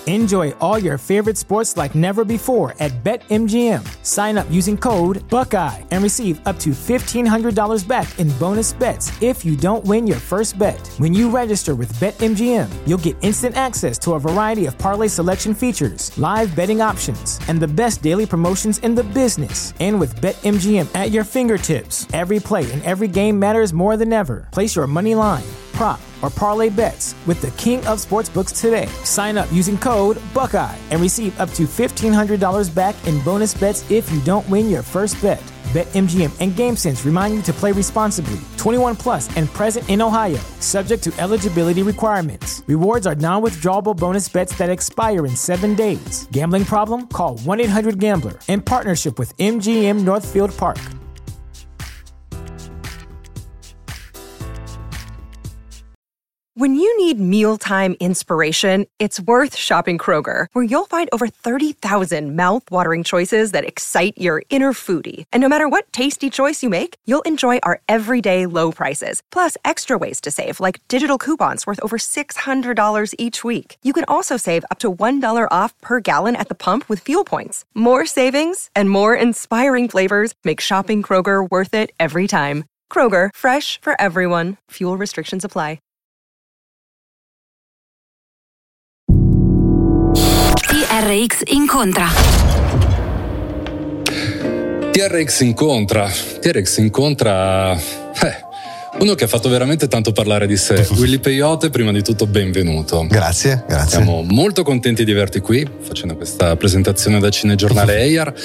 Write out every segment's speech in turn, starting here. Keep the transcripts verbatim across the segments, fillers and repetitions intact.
Enjoy all your favorite sports like never before at BetMGM. Sign up using code Buckeye and receive up to fifteen hundred dollars back in bonus bets if you don't win your first bet. When you register with BetMGM, you'll get instant access to a variety of parlay selection features, live betting options, and the best daily promotions in the business. And with BetMGM at your fingertips, every play and every game matters more than ever. Place your money line, prop, or parlay bets with the king of sportsbooks today. Sign up using code Buckeye and receive up to fifteen hundred dollars back in bonus bets if you don't win your first bet. BetMGM and GameSense remind you to play responsibly. twenty-one plus and present in Ohio, subject to eligibility requirements. Rewards are non-withdrawable bonus bets that expire in seven days. Gambling problem? Call one eight hundred gambler in partnership with M G M Northfield Park. When you need mealtime inspiration, it's worth shopping Kroger, where you'll find over thirty thousand mouth-watering choices that excite your inner foodie. And no matter what tasty choice you make, you'll enjoy our everyday low prices, plus extra ways to save, like digital coupons worth over six hundred dollars each week. You can also save up to one dollar off per gallon at the pump with fuel points. More savings and more inspiring flavors make shopping Kroger worth it every time. Kroger, fresh for everyone. Fuel restrictions apply. T R X incontra. T R X incontra. T R X incontra. Eh, uno che ha fatto veramente tanto parlare di sé. Willy Peyote, prima di tutto benvenuto. Grazie, grazie. Siamo molto contenti di averti qui, facendo questa presentazione da Cinegiornale E I A R,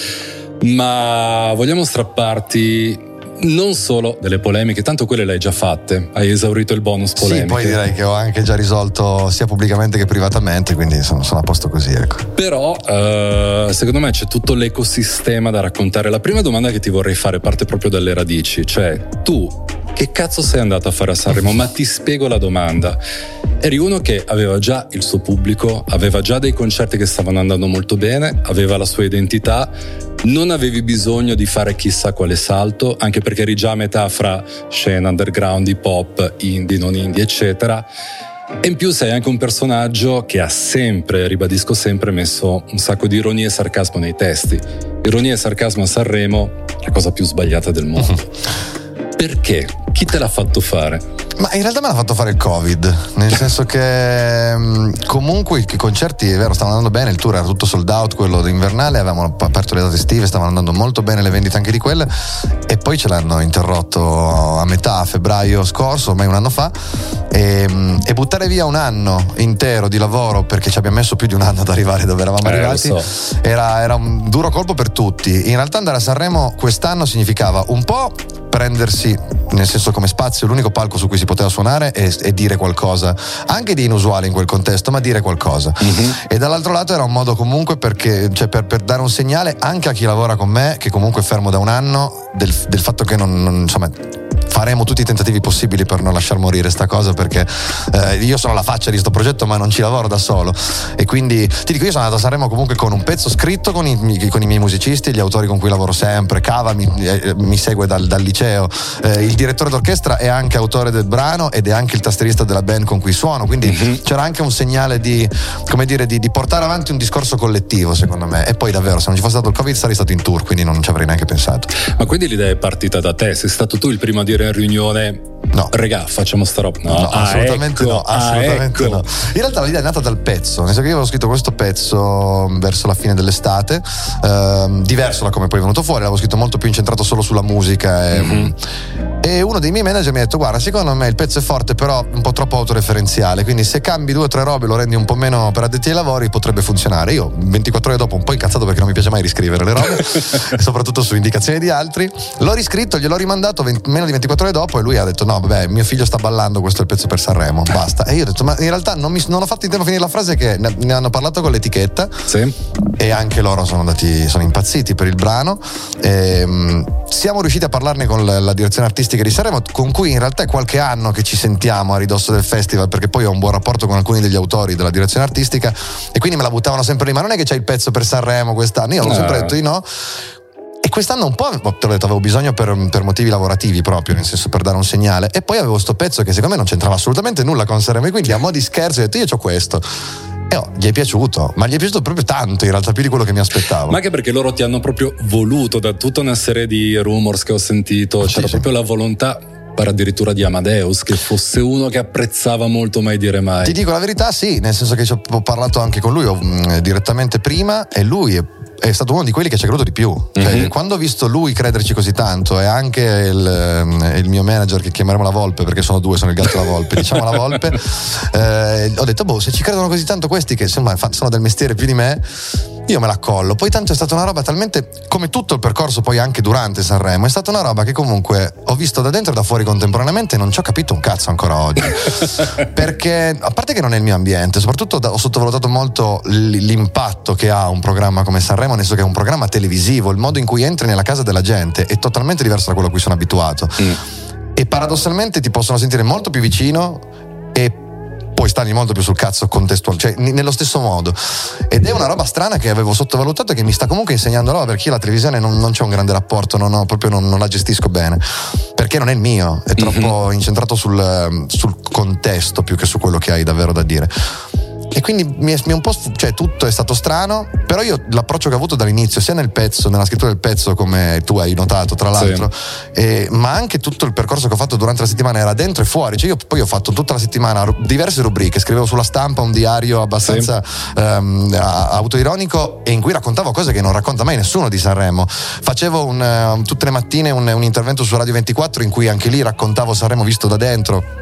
ma vogliamo strapparti non solo delle polemiche, tanto quelle le hai già fatte, hai esaurito il bonus polemiche. Sì, poi direi che ho anche già risolto sia pubblicamente che privatamente, quindi sono, sono a posto così, ecco. Però uh, secondo me c'è tutto l'ecosistema da raccontare. La prima domanda che ti vorrei fare parte proprio dalle radici, cioè tu che cazzo sei andato a fare a Sanremo? Ma ti spiego la domanda. Eri uno che aveva già il suo pubblico, aveva già dei concerti che stavano andando molto bene, aveva la sua identità, non avevi bisogno di fare chissà quale salto, anche perché eri già a metà fra scena underground, hip hop, indie, non indie, eccetera. E in più sei anche un personaggio che ha sempre, ribadisco sempre, messo un sacco di ironia e sarcasmo nei testi. Ironia e sarcasmo a Sanremo, la cosa più sbagliata del mondo. Perché? Chi te l'ha fatto fare? Ma in realtà me l'ha fatto fare il Covid, nel senso che comunque i concerti, è vero, stavano andando bene, il tour era tutto sold out, quello invernale, avevamo aperto le date estive, stavano andando molto bene le vendite anche di quelle, e poi ce l'hanno interrotto a metà a febbraio scorso, ormai un anno fa, e, e buttare via un anno intero di lavoro, perché ci abbiamo messo più di un anno ad arrivare dove eravamo eh, arrivati, lo so. era, era un duro colpo per tutti. In realtà andare a Sanremo quest'anno significava un po' prendersi, nel senso, come spazio l'unico palco su cui si poteva suonare e, e dire qualcosa anche di inusuale in quel contesto, ma dire qualcosa. Mm-hmm. E dall'altro lato era un modo comunque perché, cioè, per, per dare un segnale anche a chi lavora con me, che comunque è fermo da un anno, del, del fatto che non, non insomma faremo tutti i tentativi possibili per non lasciar morire sta cosa, perché eh, io sono la faccia di sto progetto ma non ci lavoro da solo, e quindi ti dico, io sono andato a Sanremo comunque con un pezzo scritto con i, con i miei musicisti, gli autori con cui lavoro sempre. Cava mi, eh, mi segue dal, dal liceo, eh, il direttore d'orchestra è anche autore del brano ed è anche il tastierista della band con cui suono, quindi mm-hmm. c'era anche un segnale di, come dire, di, di portare avanti un discorso collettivo, secondo me. E poi davvero, se non ci fosse stato il Covid sarei stato in tour, quindi non ci avrei neanche pensato. Ma quindi l'idea è partita da te? Sei stato tu il primo a dire in riunione: no, regà, facciamo sta roba? No, no ah, assolutamente ecco, no, assolutamente ah, ecco. no. In realtà l'idea è nata dal pezzo, nel senso che io avevo scritto questo pezzo verso la fine dell'estate, ehm, diverso da come poi è venuto fuori, l'avevo scritto molto più incentrato solo sulla musica, e, mm-hmm. e uno dei miei manager mi ha detto: guarda, secondo me il pezzo è forte però un po' troppo autoreferenziale, quindi se cambi due o tre robe, lo rendi un po' meno per addetti ai lavori, potrebbe funzionare. Io ventiquattro ore dopo, un po' incazzato perché non mi piace mai riscrivere le robe soprattutto su indicazioni di altri, l'ho riscritto, gliel'ho rimandato venti, meno di ventiquattro ore dopo, e lui ha detto: no vabbè, mio figlio sta ballando, questo è il pezzo per Sanremo, basta. E io ho detto: ma in realtà non, mi, non ho fatto in tempo a finire la frase che ne, ne hanno parlato con l'etichetta, sì. E anche loro sono andati, sono impazziti per il brano, e, um, siamo riusciti a parlarne con la, la direzione artistica di Sanremo, con cui in realtà è qualche anno che ci sentiamo a ridosso del festival, perché poi ho un buon rapporto con alcuni degli autori della direzione artistica, e quindi me la buttavano sempre lì: ma non è che c'hai il pezzo per Sanremo quest'anno? Io ho sempre detto di no. E quest'anno un po', te l'ho detto, avevo bisogno per, per motivi lavorativi proprio, nel senso per dare un segnale, e poi avevo sto pezzo che secondo me non c'entrava assolutamente nulla con Sanremo, e quindi a mo' di scherzo ho detto: io c'ho questo. E oh, gli è piaciuto, ma gli è piaciuto proprio tanto, in realtà più di quello che mi aspettavo. Ma anche perché loro ti hanno proprio voluto, da tutta una serie di rumors che ho sentito, sì, c'era sì. proprio la volontà, addirittura di Amadeus, che fosse uno che apprezzava molto Mai dire mai. Ti dico la verità, sì, nel senso che ci ho parlato anche con lui ho, mh, direttamente prima, e lui è, è stato uno di quelli che ci ha creduto di più. Cioè, mm-hmm. Quando ho visto lui crederci così tanto, e anche il, il mio manager, che chiameremo la Volpe, perché sono due, sono il gatto e la Volpe, diciamo la Volpe, eh, ho detto, boh, se ci credono così tanto questi, che insomma sono del mestiere più di me, io me la collo. Poi tanto è stata una roba talmente, come tutto il percorso poi anche durante Sanremo, è stata una roba che comunque ho visto da dentro e da fuori contemporaneamente, e non ci ho capito un cazzo ancora oggi. Perché a parte che non è il mio ambiente, soprattutto ho sottovalutato molto l'impatto che ha un programma come Sanremo, nel senso che è un programma televisivo, il modo in cui entri nella casa della gente è totalmente diverso da quello a cui sono abituato. Mm. E paradossalmente ti possono sentire molto più vicino e poi stargli molto più sul cazzo contestual, cioè n- nello stesso modo. Ed è una roba strana che avevo sottovalutato e che mi sta comunque insegnando roba, perché io la televisione non, non c'è un grande rapporto, non ho, proprio non, non la gestisco bene, perché non è il mio, è troppo mm-hmm. incentrato sul, sul contesto più che su quello che hai davvero da dire. E quindi mi è, mi è un po', cioè tutto è stato strano, però io l'approccio che ho avuto dall'inizio, sia nel pezzo, nella scrittura del pezzo, come tu hai notato tra l'altro, sì. eh, ma anche tutto il percorso che ho fatto durante la settimana era dentro e fuori. Cioè io poi ho fatto tutta la settimana diverse rubriche, scrivevo sulla Stampa un diario abbastanza sì. um, autoironico, e in cui raccontavo cose che non racconta mai nessuno di Sanremo. Facevo un, uh, tutte le mattine un, un intervento su Radio ventiquattro in cui anche lì raccontavo Sanremo visto da dentro.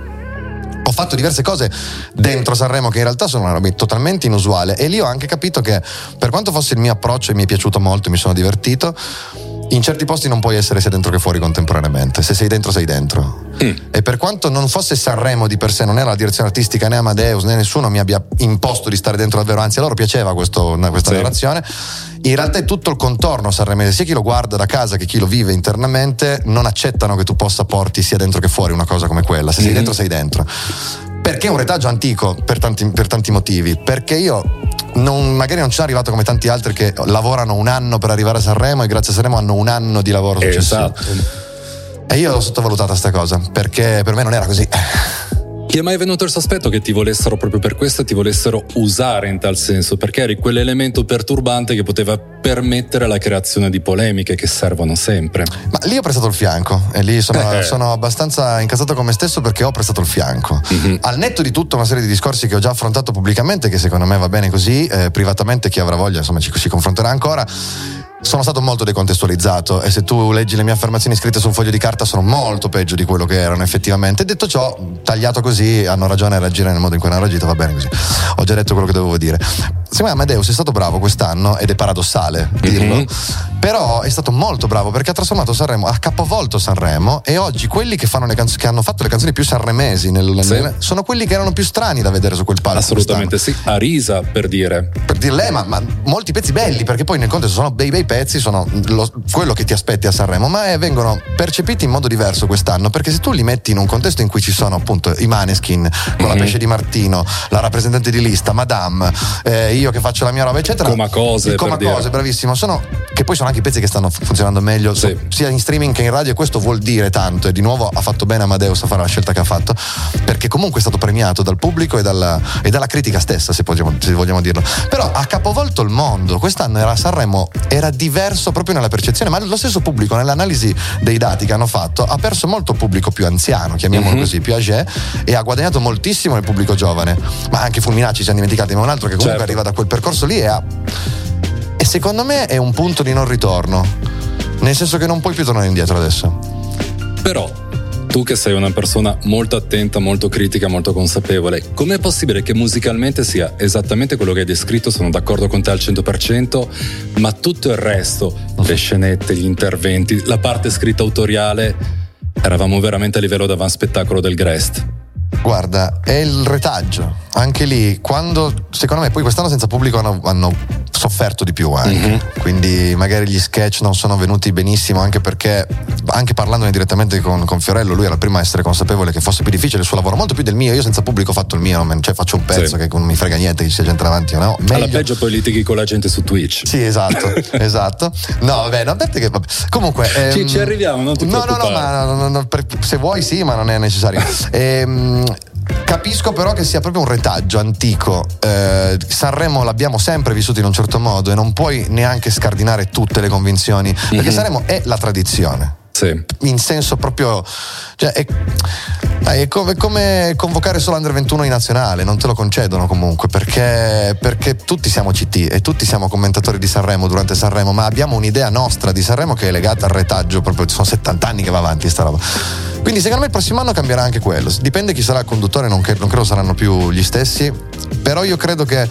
Ho fatto diverse cose dentro Sanremo che in realtà sono una roba totalmente inusuale, e lì ho anche capito che, per quanto fosse il mio approccio e mi è piaciuto molto e mi sono divertito, in certi posti non puoi essere sia dentro che fuori contemporaneamente. Se sei dentro sei dentro. Mm. E per quanto non fosse Sanremo di per sé, non era la direzione artistica, né Amadeus né nessuno mi abbia imposto di stare dentro davvero, anzi a loro piaceva questo, questa sì. narrazione, in realtà è tutto il contorno sanremese, sia chi lo guarda da casa che chi lo vive internamente non accettano che tu possa porti sia dentro che fuori una cosa come quella. Se sei mm. dentro sei dentro, perché è un retaggio antico per tanti, per tanti motivi, perché io non, magari non ci sono arrivato come tanti altri che lavorano un anno per arrivare a Sanremo, e grazie a Sanremo hanno un anno di lavoro successivo. Esatto. E io l'ho sottovalutata sta cosa, perché per me non era così. Ti è mai venuto il sospetto che ti volessero proprio per questo, ti volessero usare in tal senso, perché eri quell'elemento perturbante che poteva permettere la creazione di polemiche che servono sempre? Ma lì ho prestato il fianco, e lì sono, eh. sono abbastanza incazzato con me stesso, perché ho prestato il fianco. Mm-hmm. Al netto di tutta una serie di discorsi che ho già affrontato pubblicamente, che secondo me va bene così, eh, privatamente chi avrà voglia insomma ci si confronterà ancora. Sono stato molto decontestualizzato, e se tu leggi le mie affermazioni scritte su un foglio di carta sono molto peggio di quello che erano effettivamente. Detto ciò, tagliato così, hanno ragione a reagire nel modo in cui hanno reagito, va bene così. Ho già detto quello che dovevo dire. Secondo me Amadeus è stato bravo quest'anno, ed è paradossale dirlo, mm-hmm. però è stato molto bravo, perché ha trasformato Sanremo, ha capovolto Sanremo, e oggi quelli che, fanno le canz- che hanno fatto le canzoni più sanremesi nel, sì. nel, sono quelli che erano più strani da vedere su quel palco. Assolutamente sì, Arisa per dire. Per dirle, ma, ma molti pezzi belli, perché poi nel contesto sono bei bei pezzi, sono lo, quello che ti aspetti a Sanremo, ma eh, vengono percepiti in modo diverso quest'anno, perché se tu li metti in un contesto in cui ci sono appunto i Maneskin con mm-hmm. la Pesce di Martino, la rappresentante di lista, Madame, eh, io che faccio la mia roba eccetera, Coma Cose, Coma per Cose, dire. Bravissimo, sono, che poi sono anche i pezzi che stanno funzionando meglio sì. so, sia in streaming che in radio, e questo vuol dire tanto, e di nuovo ha fatto bene Amadeus a fare la scelta che ha fatto, perché comunque è stato premiato dal pubblico e dalla, e dalla critica stessa, se, vogliamo, se vogliamo dirlo. Però ha capovolto il mondo. Quest'anno era Sanremo, era diverso proprio nella percezione, ma lo stesso pubblico, nell'analisi dei dati che hanno fatto, ha perso molto pubblico più anziano, chiamiamolo mm-hmm. così, più âgé, e ha guadagnato moltissimo nel pubblico giovane. Ma anche Fulminacci ci siamo dimenticati, ma un altro che comunque certo. arriva da quel percorso lì, e ha, e secondo me è un punto di non ritorno, nel senso che non puoi più tornare indietro adesso. Però tu che sei una persona molto attenta, molto critica, molto consapevole, com'è possibile che musicalmente sia esattamente quello che hai descritto? Sono d'accordo con te al cento per cento, ma tutto il resto, le scenette, gli interventi, la parte scritta autoriale, eravamo veramente a livello d'avan spettacolo del Grest. Guarda, è il retaggio, anche lì, quando secondo me poi quest'anno senza pubblico hanno, hanno sofferto di più anche, mm-hmm. quindi magari gli sketch non sono venuti benissimo, anche perché, anche parlandone direttamente con, con Fiorello, lui era il primo a essere consapevole che fosse più difficile il suo lavoro, molto più del mio. Io senza pubblico ho fatto il mio, cioè faccio un pezzo sì. che non mi frega niente che ci sia gente davanti, no? Meglio... alla peggio poi litighi con la gente su Twitch. Sì, esatto, esatto. No, vabbè, no, perché vabbè. Comunque ehm... ci, ci arriviamo, non ti no, preoccupare. no, no, ma no, no, no, per, se vuoi sì, ma non è necessario. ehm Capisco però che sia proprio un retaggio antico. eh, Sanremo l'abbiamo sempre vissuto in un certo modo e non puoi neanche scardinare tutte le convinzioni, perché mm-hmm. Sanremo è la tradizione. Sì. In senso proprio, cioè è, dai, è, come, è come convocare solo Under ventuno in nazionale, non te lo concedono comunque, perché, perché tutti siamo C T e tutti siamo commentatori di Sanremo durante Sanremo, ma abbiamo un'idea nostra di Sanremo che è legata al retaggio, proprio sono settanta anni che va avanti sta roba. Quindi secondo me il prossimo anno cambierà anche quello, dipende chi sarà il conduttore, non, che, non credo saranno più gli stessi, però io credo che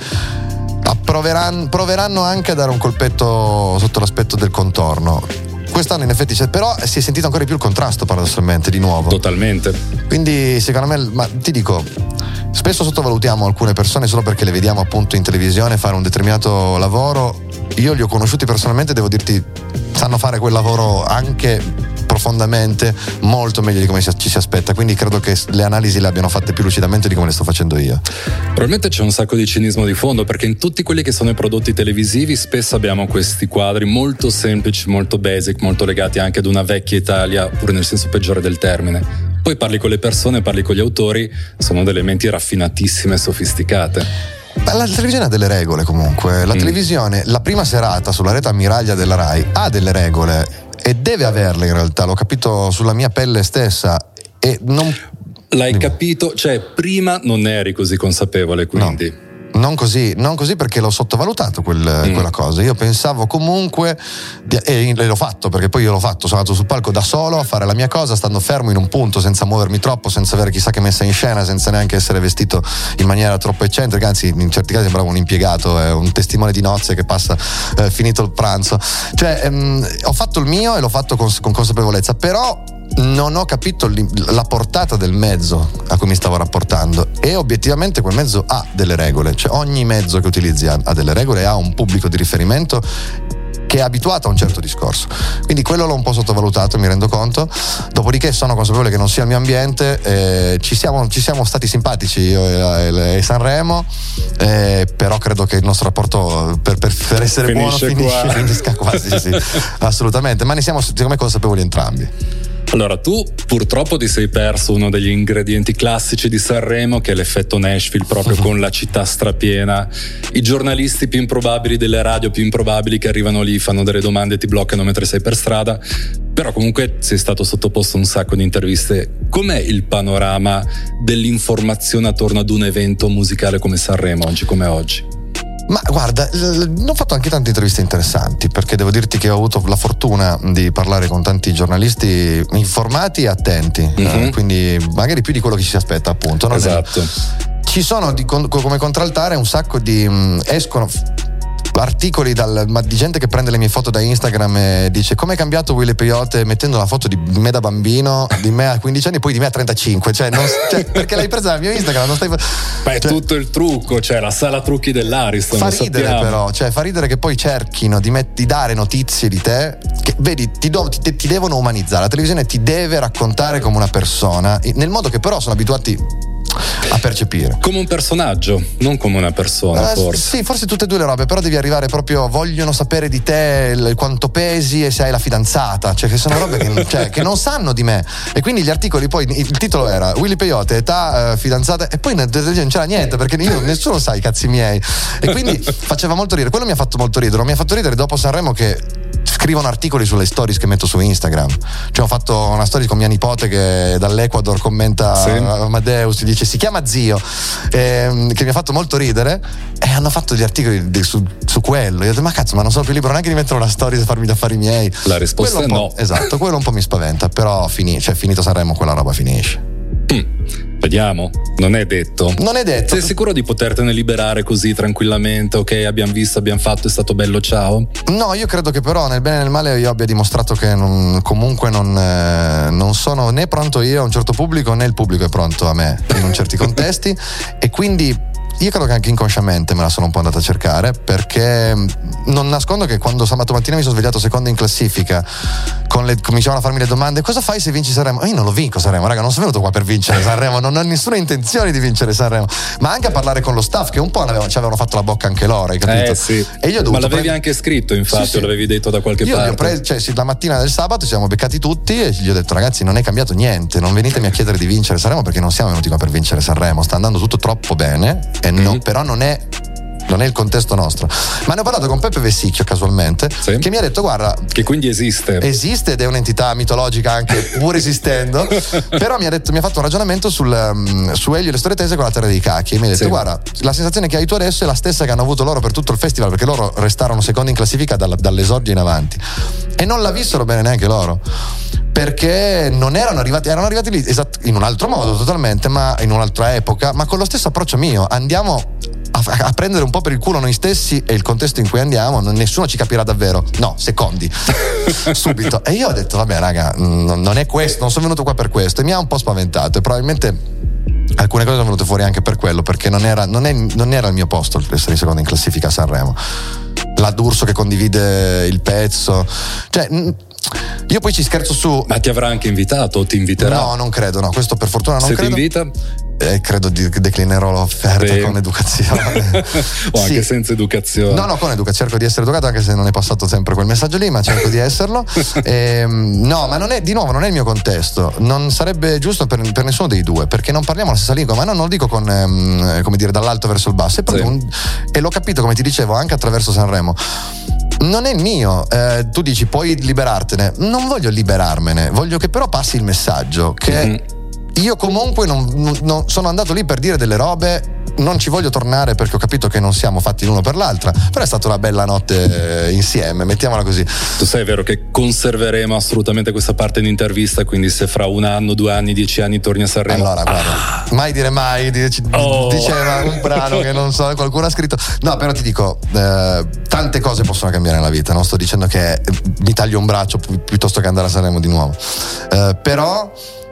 proveranno, proveranno anche a dare un colpetto sotto l'aspetto del contorno. Quest'anno in effetti c'è, però si è sentito ancora di più il contrasto paradossalmente di nuovo. Totalmente. Quindi secondo me, ma ti dico, spesso sottovalutiamo alcune persone solo perché le vediamo appunto in televisione fare un determinato lavoro. Io li ho conosciuti personalmente, devo dirti, sanno fare quel lavoro anche profondamente molto meglio di come ci si aspetta, quindi credo che le analisi le abbiano fatte più lucidamente di come le sto facendo io. Probabilmente c'è un sacco di cinismo di fondo, perché in tutti quelli che sono i prodotti televisivi spesso abbiamo questi quadri molto semplici, molto basic, molto legati anche ad una vecchia Italia, pure nel senso peggiore del termine. Poi parli con le persone, parli con gli autori, sono delle menti raffinatissime e sofisticate. La televisione ha delle regole comunque, la mm. televisione, la prima serata sulla rete ammiraglia della Rai ha delle regole e deve averle in realtà, l'ho capito sulla mia pelle stessa e non... L'hai capito? Cioè prima non eri così consapevole, quindi... No. Non così, non così perché l'ho sottovalutato quel, mm. quella cosa. Io pensavo comunque di, e l'ho fatto, perché poi io l'ho fatto, sono andato sul palco da solo a fare la mia cosa, stando fermo in un punto, senza muovermi troppo, senza avere chissà che messa in scena, senza neanche essere vestito in maniera troppo eccentrica, anzi in certi casi sembrava un impiegato, eh, un testimone di nozze che passa eh, finito il pranzo. Cioè ehm, ho fatto il mio e l'ho fatto con, con consapevolezza, però non ho capito la portata del mezzo a cui mi stavo rapportando, e obiettivamente quel mezzo ha delle regole, cioè ogni mezzo che utilizzi ha, ha delle regole e ha un pubblico di riferimento che è abituato a un certo discorso, quindi quello l'ho un po' sottovalutato, mi rendo conto. Dopodiché sono consapevole che non sia il mio ambiente, eh, ci, siamo, ci siamo stati simpatici io e, e Sanremo, eh, però credo che il nostro rapporto per, per, per essere finisce buono qua. finisce, finisca quasi, sì, sì, assolutamente, ma ne siamo secondo me consapevoli entrambi. Allora, tu purtroppo ti sei perso uno degli ingredienti classici di Sanremo, che è l'effetto Nashville, proprio con la città strapiena, i giornalisti più improbabili delle radio più improbabili che arrivano lì, fanno delle domande e ti bloccano mentre sei per strada. Però comunque sei stato sottoposto a un sacco di interviste. Com'è il panorama dell'informazione attorno ad un evento musicale come Sanremo oggi come oggi? Ma guarda, ho fatto anche tante interviste interessanti, perché devo dirti che ho avuto la fortuna di parlare con tanti giornalisti informati e attenti, mm-hmm. eh, quindi magari più di quello che ci si aspetta, appunto. Non esatto. È... Ci sono di, come contraltare un sacco di mh, escono articoli dal, ma di gente che prende le mie foto da Instagram e dice: come è cambiato Willy Peyote, mettendo una foto di me da bambino, di me a quindici anni e poi di me a trentacinque, cioè, non, cioè perché l'hai presa dal mio Instagram, non stai... Ma è cioè, tutto il trucco, cioè la sala trucchi dell'Ariston. Fa ridere sappiamo. Però, cioè fa ridere che poi cerchino di, met- di dare notizie di te che, vedi, ti, do- ti, ti devono umanizzare, la televisione ti deve raccontare come una persona, nel modo che però sono abituati a percepire, come un personaggio, non come una persona. Uh, forse sì, forse tutte e due le robe, però devi arrivare proprio, vogliono sapere di te il, quanto pesi e se hai la fidanzata, cioè che sono robe che, cioè, che non sanno di me, e quindi gli articoli, poi il titolo era Willy Peyote, età, uh, fidanzata, e poi non c'era niente, perché io, nessuno sa i cazzi miei, e quindi faceva molto ridere. Quello mi ha fatto molto ridere, mi ha fatto ridere dopo Sanremo che scrivono articoli sulle stories che metto su Instagram. Cioè ho fatto una story con mia nipote che dall'Ecuador commenta sì. Amadeus, dice si chiama zio, ehm, che mi ha fatto molto ridere, e hanno fatto gli articoli di, su, su quello. Io ho detto ma cazzo, ma non sono più libero neanche di mettere una story e farmi gli affari miei. La risposta è no. Esatto, quello un po' mi spaventa, però fini, cioè, finito Sanremo quella roba finisce. Mm. Vediamo, non è detto. Non è detto. Sei sicuro di potertene liberare così tranquillamente? Ok, abbiamo visto, abbiamo fatto, è stato bello, ciao? No, io credo che però nel bene e nel male io abbia dimostrato che non, comunque non, eh, non sono né pronto io a un certo pubblico né il pubblico è pronto a me in un certi contesti, e quindi io credo che anche inconsciamente me la sono un po' andata a cercare, perché non nascondo che quando sabato mattina mi sono svegliato secondo in classifica, con le, cominciavano a farmi le domande: cosa fai se vinci Sanremo? Io non lo vinco Sanremo, raga, non sono venuto qua per vincere Sanremo, non ho nessuna intenzione di vincere Sanremo, ma anche a parlare con lo staff che un po' avevano, ci avevano fatto la bocca anche loro, hai capito? Eh sì. E io ho ma l'avevi pre- anche scritto, infatti, sì, sì. o l'avevi detto da qualche io parte? Io pre- cioè, sì, la mattina del sabato ci siamo beccati tutti e gli ho detto: ragazzi, non è cambiato niente, non venitemi a chiedere di vincere Sanremo, perché non siamo venuti qua per vincere Sanremo, sta andando tutto troppo bene e no, mm-hmm. però non è non è il contesto nostro. Ma ne ho parlato con Peppe Vessicchio casualmente, sì. che mi ha detto: guarda, che quindi esiste esiste ed è un'entità mitologica anche pur esistendo, però mi ha detto, mi ha fatto un ragionamento sul, um, su Elio e le storie tese con la terra dei cacchi, e mi ha detto: sì. guarda, la sensazione che hai tu adesso è la stessa che hanno avuto loro per tutto il festival, perché loro restarono secondi in classifica dal, dall'esordio in avanti, e non la vissero bene neanche loro, perché non erano arrivati, erano arrivati lì esatto, in un altro modo totalmente, ma in un'altra epoca, ma con lo stesso approccio mio. Andiamo a, a prendere un po' per il culo noi stessi e il contesto in cui andiamo, non, nessuno ci capirà davvero. No, secondi subito. E io ho detto: vabbè raga, non, non è questo, non sono venuto qua per questo, e mi ha un po' spaventato, e probabilmente alcune cose sono venute fuori anche per quello, perché non era, non è, non era il mio posto essere in seconda in classifica a Sanremo. La D'Urso che condivide il pezzo, cioè io poi ci scherzo su. Ma ti avrà anche invitato o ti inviterà? No, non credo, no, questo per fortuna non Se credo. ti invita? Eh, credo di declinerò l'offerta Beh. con educazione. O anche sì. senza educazione. No, no, con educazione, cerco di essere educato, anche se non è passato sempre quel messaggio lì, ma cerco di esserlo. E, no, ma non è, di nuovo, non è il mio contesto. Non sarebbe giusto per, per nessuno dei due, perché non parliamo la stessa lingua, ma no, non lo dico con, ehm, come dire, dall'alto verso il basso. È proprio sì. un, e l'ho capito, come ti dicevo, anche attraverso Sanremo. Non è il mio, eh, tu dici puoi liberartene, non voglio liberarmene, voglio che però passi il messaggio che mm-hmm. io comunque non, non, non sono andato lì per dire delle robe, non ci voglio tornare perché ho capito che non siamo fatti l'uno per l'altra, però è stata una bella notte insieme, mettiamola così. Tu sai, è vero che conserveremo assolutamente questa parte in intervista, quindi se fra un anno, due anni, dieci anni torni a Sanremo, allora guarda, ah. mai dire mai, oh. diceva un brano che non so, qualcuno ha scritto. No, però ti dico, eh, tante cose possono cambiare nella vita, non sto dicendo che mi taglio un braccio pi- piuttosto che andare a Sanremo di nuovo, eh, però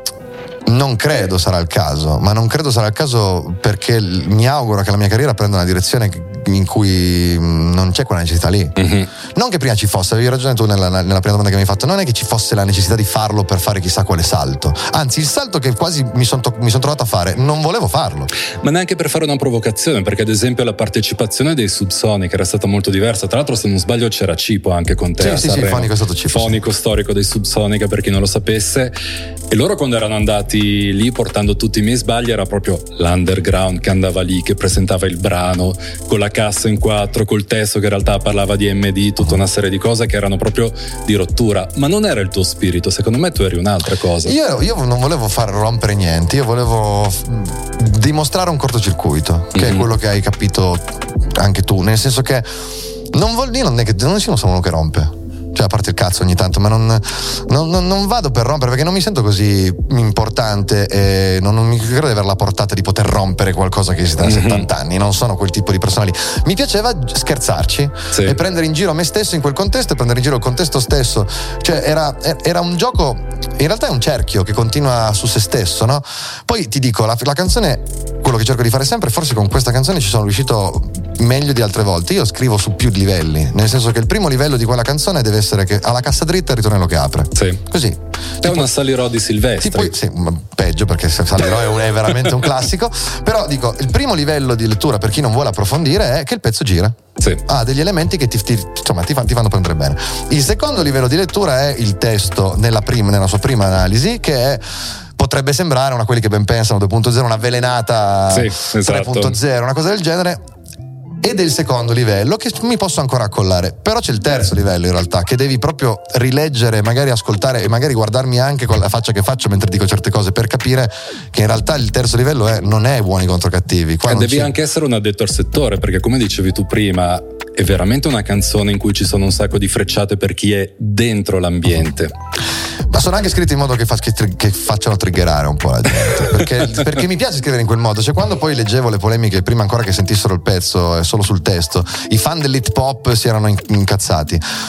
non credo sarà il caso, ma non credo sarà il caso perché mi auguro che la mia carriera prenda una direzione in cui non c'è quella necessità lì. Mm-hmm. Non che prima ci fosse, avevi ragione tu nella, nella prima domanda che mi hai fatto, non è che ci fosse la necessità di farlo per fare chissà quale salto, anzi il salto che quasi mi sono to- mi son trovato a fare non volevo farlo, ma neanche per fare una provocazione, perché ad esempio la partecipazione dei Subsonic era stata molto diversa. Tra l'altro, se non sbaglio, c'era Cipo anche con te. Sì, a sì, Sanremo. sì, Fonico è stato Cipo, Fonico sì. Storico dei Subsonic, per chi non lo sapesse. E loro, quando erano andati lì portando tutti i miei sbagli, era proprio l'underground che andava lì, che presentava il brano con la cassa in quattro, col testo che in realtà parlava di M D, tutta una serie di cose che erano proprio di rottura. Ma non era il tuo spirito, secondo me tu eri un'altra cosa. Io, io non volevo far rompere niente, io volevo dimostrare un cortocircuito, che mm-hmm. è quello che hai capito anche tu, nel senso che non vuol dire, non è che non sono uno che rompe, cioè a parte il cazzo ogni tanto, ma non, non, non vado per rompere, perché non mi sento così importante e non, non mi credo di avere la portata di poter rompere qualcosa che esiste da mm-hmm. settanta anni, non sono quel tipo di persona lì. Mi piaceva scherzarci sì. e prendere in giro me stesso in quel contesto e prendere in giro il contesto stesso, cioè era, era un gioco, in realtà è un cerchio che continua su se stesso, no? Poi ti dico, la, la canzone, quello che cerco di fare sempre, forse con questa canzone ci sono riuscito meglio di altre volte. Io scrivo su più livelli, nel senso che il primo livello di quella canzone deve essere che alla cassa dritta il ritornello che apre. Sì. Così. È tipo, una Salirò di Silvestri. Tipo, sì, peggio, perché Salirò è, un, è veramente un classico. Però dico, il primo livello di lettura per chi non vuole approfondire è che il pezzo gira. Sì. Ha degli elementi che ti, ti, insomma, ti, fanno, ti fanno prendere bene. Il secondo livello di lettura è il testo nella, prima, nella sua prima analisi, che è potrebbe sembrare una quelli che ben pensano due punto zero, una avvelenata sì, esatto. tre punto zero, una cosa del genere. Ed è il secondo livello che mi posso ancora accollare, però c'è il terzo livello in realtà che devi proprio rileggere, magari ascoltare e magari guardarmi anche con la faccia che faccio mentre dico certe cose per capire che in realtà il terzo livello è, non è buoni contro cattivi. E devi c'è... anche essere un addetto al settore, perché come dicevi tu prima è veramente una canzone in cui ci sono un sacco di frecciate per chi è dentro l'ambiente. Ma sono anche scritti in modo che, fa, che, che facciano triggerare un po' la gente, perché, perché mi piace scrivere in quel modo. Cioè, quando poi leggevo le polemiche prima ancora che sentissero il pezzo eh, solo sul testo, i fan dell'hip hop si erano incazzati.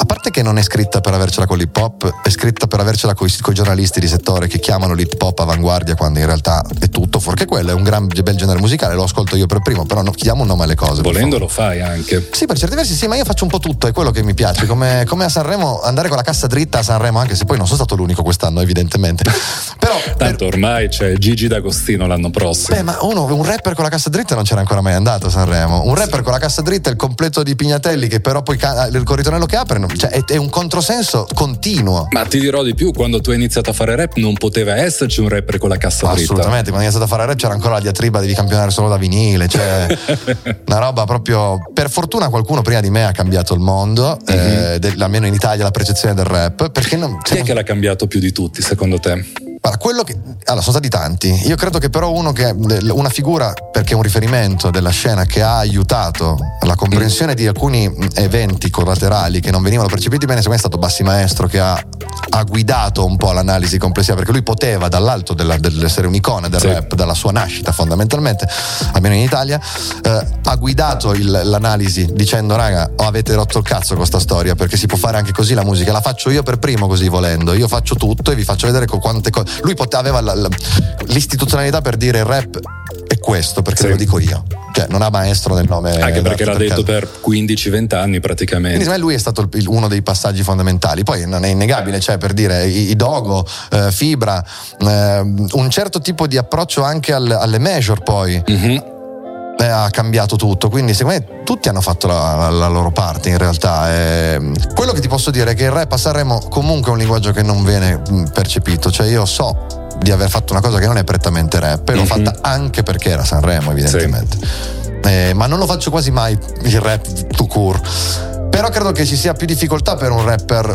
parte che non è scritta per avercela con l'hip hop, è scritta per avercela con i giornalisti di settore che chiamano l'hip hop avanguardia quando in realtà è tutto fuorché quello, è un gran bel genere musicale, lo ascolto io per primo, però no, diamo un nome alle cose. Volendo lo fai anche. Sì, per certi versi sì, ma io faccio un po' tutto, è quello che mi piace, come, come a Sanremo, andare con la cassa dritta a Sanremo, anche se poi non sono stato l'unico quest'anno evidentemente. Però tanto per... ormai c'è Gigi D'Agostino l'anno prossimo. Beh, ma uno, un rapper con la cassa dritta non c'era ancora mai andato a Sanremo. Un rapper sì. con la cassa dritta, il completo di Pignatelli che però poi can- il ritornello che apre, cioè è, è un controsenso continuo. Ma ti dirò di più, quando tu hai iniziato a fare rap non poteva esserci un rapper con la cassa dritta. Assolutamente, quando ho iniziato a fare rap c'era ancora la diatriba, devi campionare solo da vinile, cioè una roba proprio. Per fortuna qualcuno prima di me ha cambiato il mondo, mm-hmm. eh, del, almeno in Italia, la percezione del rap. Perché non, Chi è che l'ha cambiato più di tutti secondo te? Guarda, quello che allora sono stati tanti. Io credo che però uno che una figura, perché è un riferimento della scena che ha aiutato la comprensione mm. di alcuni eventi collaterali che non venivano percepiti bene, secondo me è stato Bassi Maestro, che ha, ha guidato un po' l'analisi complessiva, perché lui poteva dall'alto della, dell'essere un'icona del sì. rap, dalla sua nascita fondamentalmente, almeno in Italia, eh, ha guidato il, l'analisi dicendo raga, oh, avete rotto il cazzo con sta storia, perché si può fare anche così la musica, la faccio io per primo così volendo, io faccio tutto e vi faccio vedere con quante cose. Lui poteva, aveva la, la, l'istituzionalità per dire il rap è questo, perché sì. lo dico io, cioè non ha maestro nel nome, anche perché l'ha per detto caso. Per quindici venti anni praticamente. Quindi lui è stato il, uno dei passaggi fondamentali. Poi non è innegabile, cioè per dire i, i Dogo, eh, Fibra, eh, un certo tipo di approccio anche al, alle major poi mm-hmm. eh, ha cambiato tutto, quindi secondo me tutti hanno fatto la, la loro parte in realtà. Eh, quello che ti posso dire è che il rap a Sanremo comunque è un linguaggio che non viene percepito, cioè io so di aver fatto una cosa che non è prettamente rap, e l'ho mm-hmm. fatta anche perché era Sanremo evidentemente, sì. eh, ma non lo faccio quasi mai il rap tout court, però credo che ci sia più difficoltà per un rapper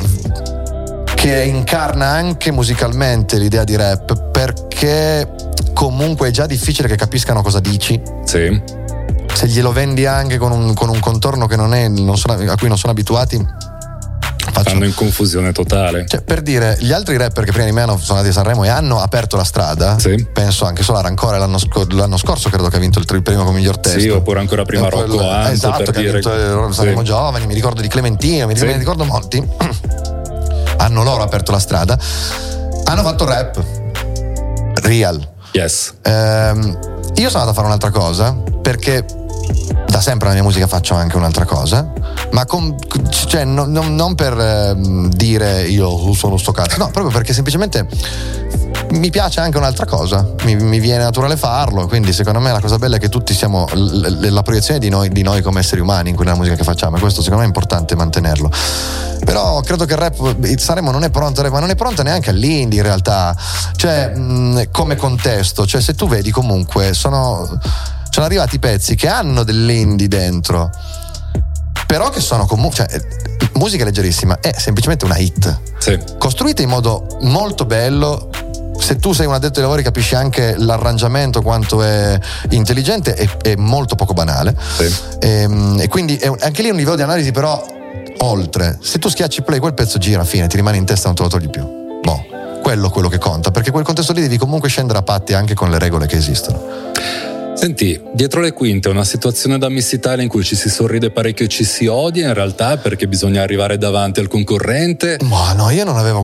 che incarna anche musicalmente l'idea di rap, perché comunque è già difficile che capiscano cosa dici. Sì. Se glielo vendi anche con un, con un contorno che non è, non sono, a cui non sono abituati, faccio... fanno in confusione totale. Cioè, per dire, gli altri rapper che prima di me hanno suonato a Sanremo e hanno aperto la strada, sì. penso anche solo a Rancore l'anno, sc- l'anno scorso credo che ha vinto il, il premio come miglior testo. Sì, oppure ancora prima Rocco il, Anto, esatto, per che dire... ha vinto il Sanremo sì. Giovani, mi ricordo di Clementino, mi, sì. mi ricordo molti. Hanno loro aperto la strada, hanno fatto rap real. Yes. Ehm, io sono andato a fare un'altra cosa, perché da sempre nella mia musica faccio anche un'altra cosa, ma con, cioè, no, no, non per eh, dire io sono sto cazzo, no, proprio perché semplicemente mi piace anche un'altra cosa, mi, mi viene naturale farlo, quindi secondo me la cosa bella è che tutti siamo l- l- la proiezione di noi, di noi come esseri umani in quella musica che facciamo, e questo secondo me è importante mantenerlo. Però credo che il rap, il Sanremo non è pronto, ma non è pronto neanche all'indie in realtà, cioè mh, come contesto, cioè se tu vedi comunque sono, sono arrivati pezzi che hanno dell'indie dentro, però che sono comunque, cioè, musica leggerissima, è semplicemente una hit, sì. costruita in modo molto bello. Se tu sei un addetto ai lavori capisci anche l'arrangiamento quanto è intelligente e, e molto poco banale, sì. e, e quindi è anche lì un livello di analisi però oltre. Se tu schiacci play quel pezzo gira, fine, ti rimane in testa, non te lo togli più. Boh, quello quello che conta, perché quel contesto lì devi comunque scendere a patti anche con le regole che esistono. Senti, dietro le quinte è una situazione da Miss Italia in cui ci si sorride parecchio e ci si odia in realtà, perché bisogna arrivare davanti al concorrente. Ma no, io non avevo.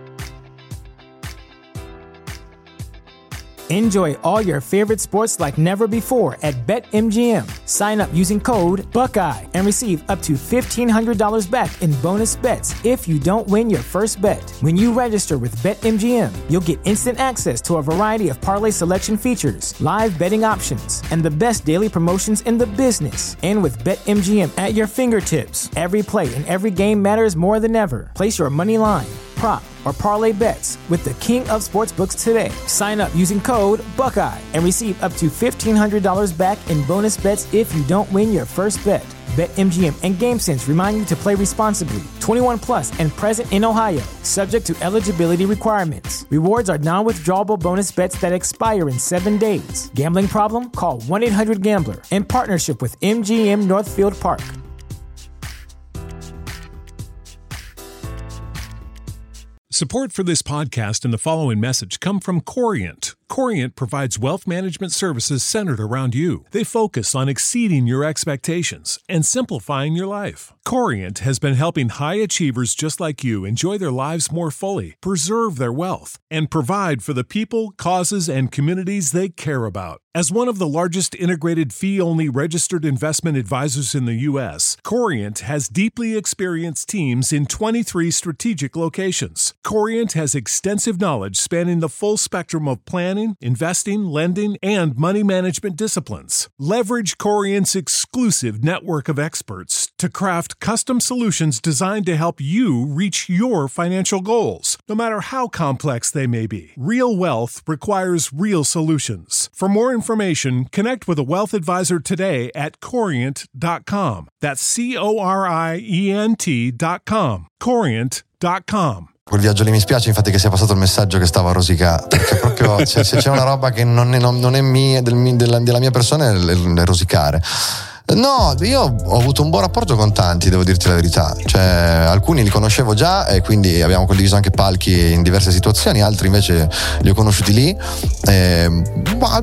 Enjoy all your favorite sports like never before at BetMGM. Sign up using code Buckeye and receive up to fifteen hundred dollars back in bonus bets if you don't win your first bet. When you register with BetMGM, you'll get instant access to a variety of parlay selection features, live betting options, and the best daily promotions in the business. And with BetMGM at your fingertips, every play and every game matters more than ever. Place your money line, prop, or parlay bets with the king of sportsbooks today. Sign up using code Buckeye and receive up to fifteen hundred dollars back in bonus bets if you don't win your first bet. BetMGM and GameSense remind you to play responsibly. twenty-one plus and present in Ohio, subject to eligibility requirements. Rewards are non-withdrawable bonus bets that expire in seven days. Gambling problem? Call one eight hundred gambler. In partnership with M G M Northfield Park. Support for this podcast and the following message come from Corient. Corient provides wealth management services centered around you. They focus on exceeding your expectations and simplifying your life. Corient has been helping high achievers just like you enjoy their lives more fully, preserve their wealth, and provide for the people, causes, and communities they care about. As one of the largest integrated fee-only registered investment advisors in the U S, Corient has deeply experienced teams in twenty-three strategic locations. Corient has extensive knowledge spanning the full spectrum of planning, investing, lending, and money management disciplines. Leverage Corient's exclusive network of experts to craft custom solutions designed to help you reach your financial goals, no matter how complex they may be. Real wealth requires real solutions. For more information, connect with a wealth advisor today at corient dot com. That's C O R I E N T dot com. corient dot com. Quel viaggio lì mi spiace infatti che sia passato il messaggio che stavo a rosicare, perché proprio se, se c'è una roba che non è, non, non è mia, del, della, della mia persona è, è, è rosicare. No, io ho avuto un buon rapporto con tanti, devo dirti la verità. Cioè, alcuni li conoscevo già e quindi abbiamo condiviso anche palchi in diverse situazioni, altri invece li ho conosciuti lì. E, ma,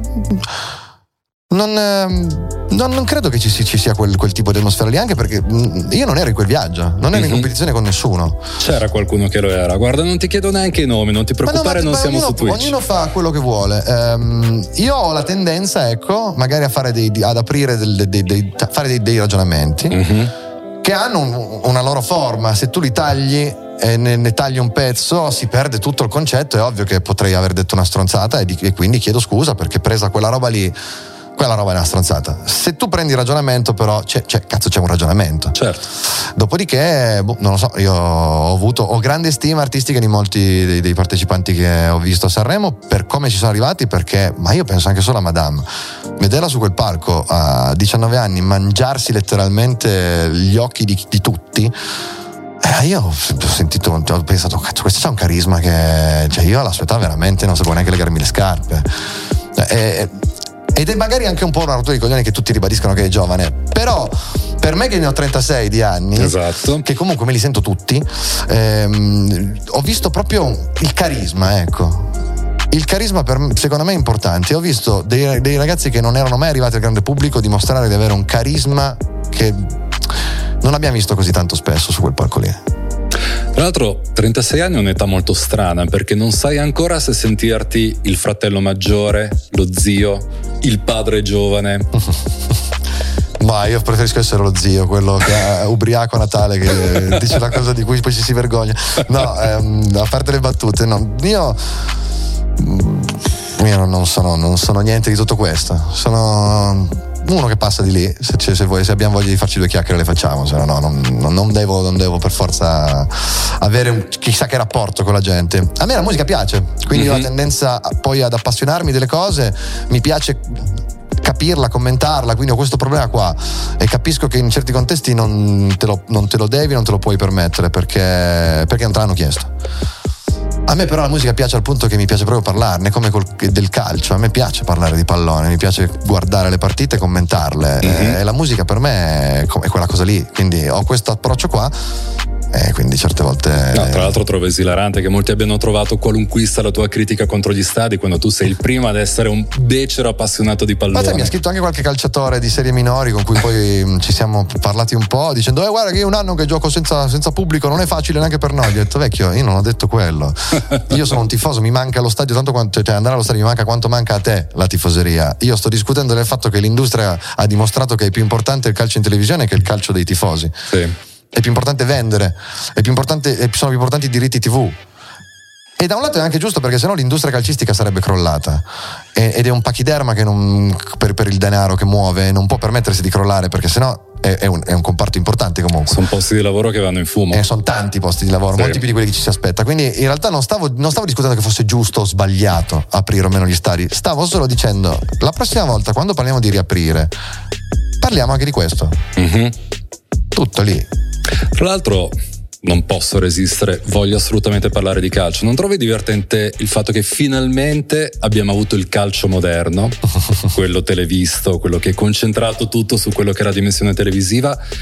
non, non, non credo che ci, ci sia quel, quel tipo di atmosfera lì, anche perché io non ero in quel viaggio, non ero mm-hmm. in competizione con nessuno. C'era qualcuno che lo era. Guarda, non ti chiedo neanche i nomi, non ti preoccupare, no, ma, non ma siamo ognuno, su Twitch. Ognuno fa quello che vuole. Um, io ho la tendenza, ecco, magari a fare dei, ad aprire del, dei, dei, fare dei, dei ragionamenti mm-hmm. che hanno un, una loro forma. Se tu li tagli e ne, ne tagli un pezzo, si perde tutto il concetto. È ovvio che potrei aver detto una stronzata e, di, e quindi chiedo scusa, perché presa quella roba lì, quella roba è una stronzata. Se tu prendi il ragionamento, però c'è, c'è cazzo c'è un ragionamento. Certo. Dopodiché, boh, non lo so, io ho avuto ho grande stima artistica di molti dei, dei partecipanti che ho visto a Sanremo per come ci sono arrivati, perché, ma io penso anche solo a Madame, vederla su quel palco a diciannove anni, mangiarsi letteralmente gli occhi di, di tutti. Eh, io ho sentito, ho pensato, cazzo, questo c'ha un carisma che, cioè, io alla sua età veramente non sapevo neanche legarmi le scarpe. Eh, Ed è magari anche un po' una rottura di coglioni che tutti ribadiscono che è giovane, però per me che ne ho trentasei di anni, esatto, che comunque me li sento tutti, ehm, ho visto proprio il carisma, ecco. Il carisma per me, secondo me è importante. Ho visto dei, dei ragazzi che non erano mai arrivati al grande pubblico dimostrare di avere un carisma che non abbiamo visto così tanto spesso su quel palco lì. Tra l'altro trentasei anni è un'età molto strana, perché non sai ancora se sentirti il fratello maggiore, lo zio, il padre giovane. Ma io preferisco essere lo zio, quello che è ubriaco a Natale, che dice la cosa di cui poi ci si vergogna. No, ehm, a parte le battute, no, io io non sono, non sono niente di tutto questo. Sono uno che passa di lì. Se, se, vuoi, se abbiamo voglia di farci due chiacchiere le facciamo, se no, no non, non, devo, non devo per forza avere un, chissà che rapporto con la gente. A me la musica piace, quindi mm-hmm. ho la tendenza poi ad appassionarmi delle cose, mi piace capirla, commentarla, quindi ho questo problema qua e capisco che in certi contesti non te lo, non te lo devi, non te lo puoi permettere, perché, perché non te l'hanno chiesto. A me però la musica piace al punto che mi piace proprio parlarne, come col, del calcio. A me piace parlare di pallone, mi piace guardare le partite e commentarle. Mm-hmm. E la musica per me è quella cosa lì, quindi ho questo approccio qua. E quindi certe volte no, tra l'altro trovo esilarante che molti abbiano trovato qualunquista la tua critica contro gli stadi, quando tu sei il primo ad essere un becero appassionato di pallone. Ma te, mi ha scritto anche qualche calciatore di serie minori con cui poi ci siamo parlati un po', dicendo eh guarda che io un anno che gioco senza, senza pubblico non è facile neanche per noi. Gli ho detto vecchio, io non ho detto quello. Io sono un tifoso, mi manca lo stadio tanto quanto, cioè andare allo stadio mi manca quanto manca a te la tifoseria. Io sto discutendo del fatto che l'industria ha dimostrato che è più importante il calcio in televisione che il calcio dei tifosi. Sì. È più importante vendere, è più importante, sono più importanti i diritti tivù. E da un lato è anche giusto, perché sennò l'industria calcistica sarebbe crollata. Ed è un pachiderma che non, per, per il denaro che muove, non può permettersi di crollare, perché sennò è, è, un, è un comparto importante comunque. Sono posti di lavoro che vanno in fumo. E sono tanti posti di lavoro, sì. Molti più di quelli che ci si aspetta. Quindi in realtà non stavo, non stavo discutendo che fosse giusto o sbagliato aprire o meno gli stadi. Stavo solo dicendo, la prossima volta quando parliamo di riaprire, parliamo anche di questo. Mm-hmm. Tutto lì. Tra l'altro non posso resistere, voglio assolutamente parlare di calcio. Non trovi divertente il fatto che finalmente abbiamo avuto il calcio moderno, quello televisto, quello che è concentrato tutto su quello che è la dimensione televisiva,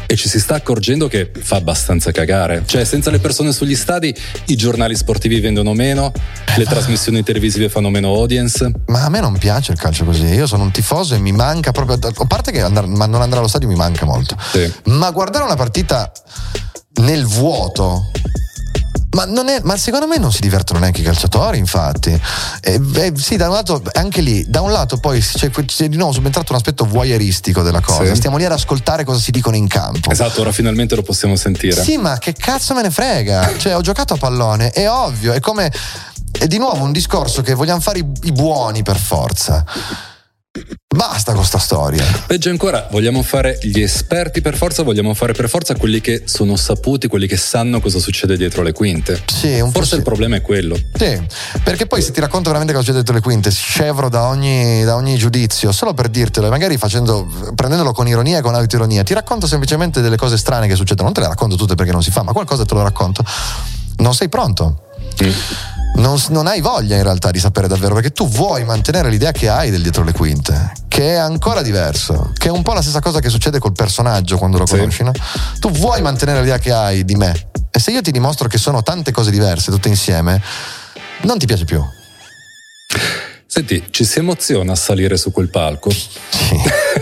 e ci si sta accorgendo che fa abbastanza cagare. Cioè, senza le persone sugli stadi i giornali sportivi vendono meno, le trasmissioni televisive fanno meno audience. Ma a me non piace il calcio così. Io sono un tifoso e mi manca proprio, a parte che andare, ma non andare allo stadio mi manca molto, sì. Ma guardare una partita nel vuoto, ma non è, ma secondo me non si divertono neanche i calciatori, infatti. E, e, sì, da un lato, anche lì, da un lato poi c'è, c'è di nuovo subentrato un aspetto voyeuristico della cosa. Sì. Stiamo lì ad ascoltare cosa si dicono in campo. Esatto, ora finalmente lo possiamo sentire. Sì, ma che cazzo me ne frega? Cioè, ho giocato a pallone, è ovvio, è come, è di nuovo un discorso che vogliamo fare i, i buoni per forza. Basta con sta storia. Peggio ancora, vogliamo fare gli esperti per forza, vogliamo fare per forza quelli che sono saputi, quelli che sanno cosa succede dietro le quinte. Sì, un po' Forse sì. Il problema è quello. Sì, perché poi se ti racconto veramente cosa succede dietro le quinte, scevro da ogni, da ogni giudizio, solo per dirtelo, e magari facendo, prendendolo con ironia e con autoironia, ti racconto semplicemente delle cose strane che succedono. Non te le racconto tutte perché non si fa, ma qualcosa te lo racconto. Non sei pronto. Mm. Non, non hai voglia in realtà di sapere davvero, perché tu vuoi mantenere l'idea che hai del dietro le quinte, che è ancora diverso, che è un po' la stessa cosa che succede col personaggio quando lo sì. conosci, no? Tu vuoi mantenere l'idea che hai di me, e se io ti dimostro che sono tante cose diverse tutte insieme, non ti piace più. Senti, ci si emoziona a salire su quel palco? Sì.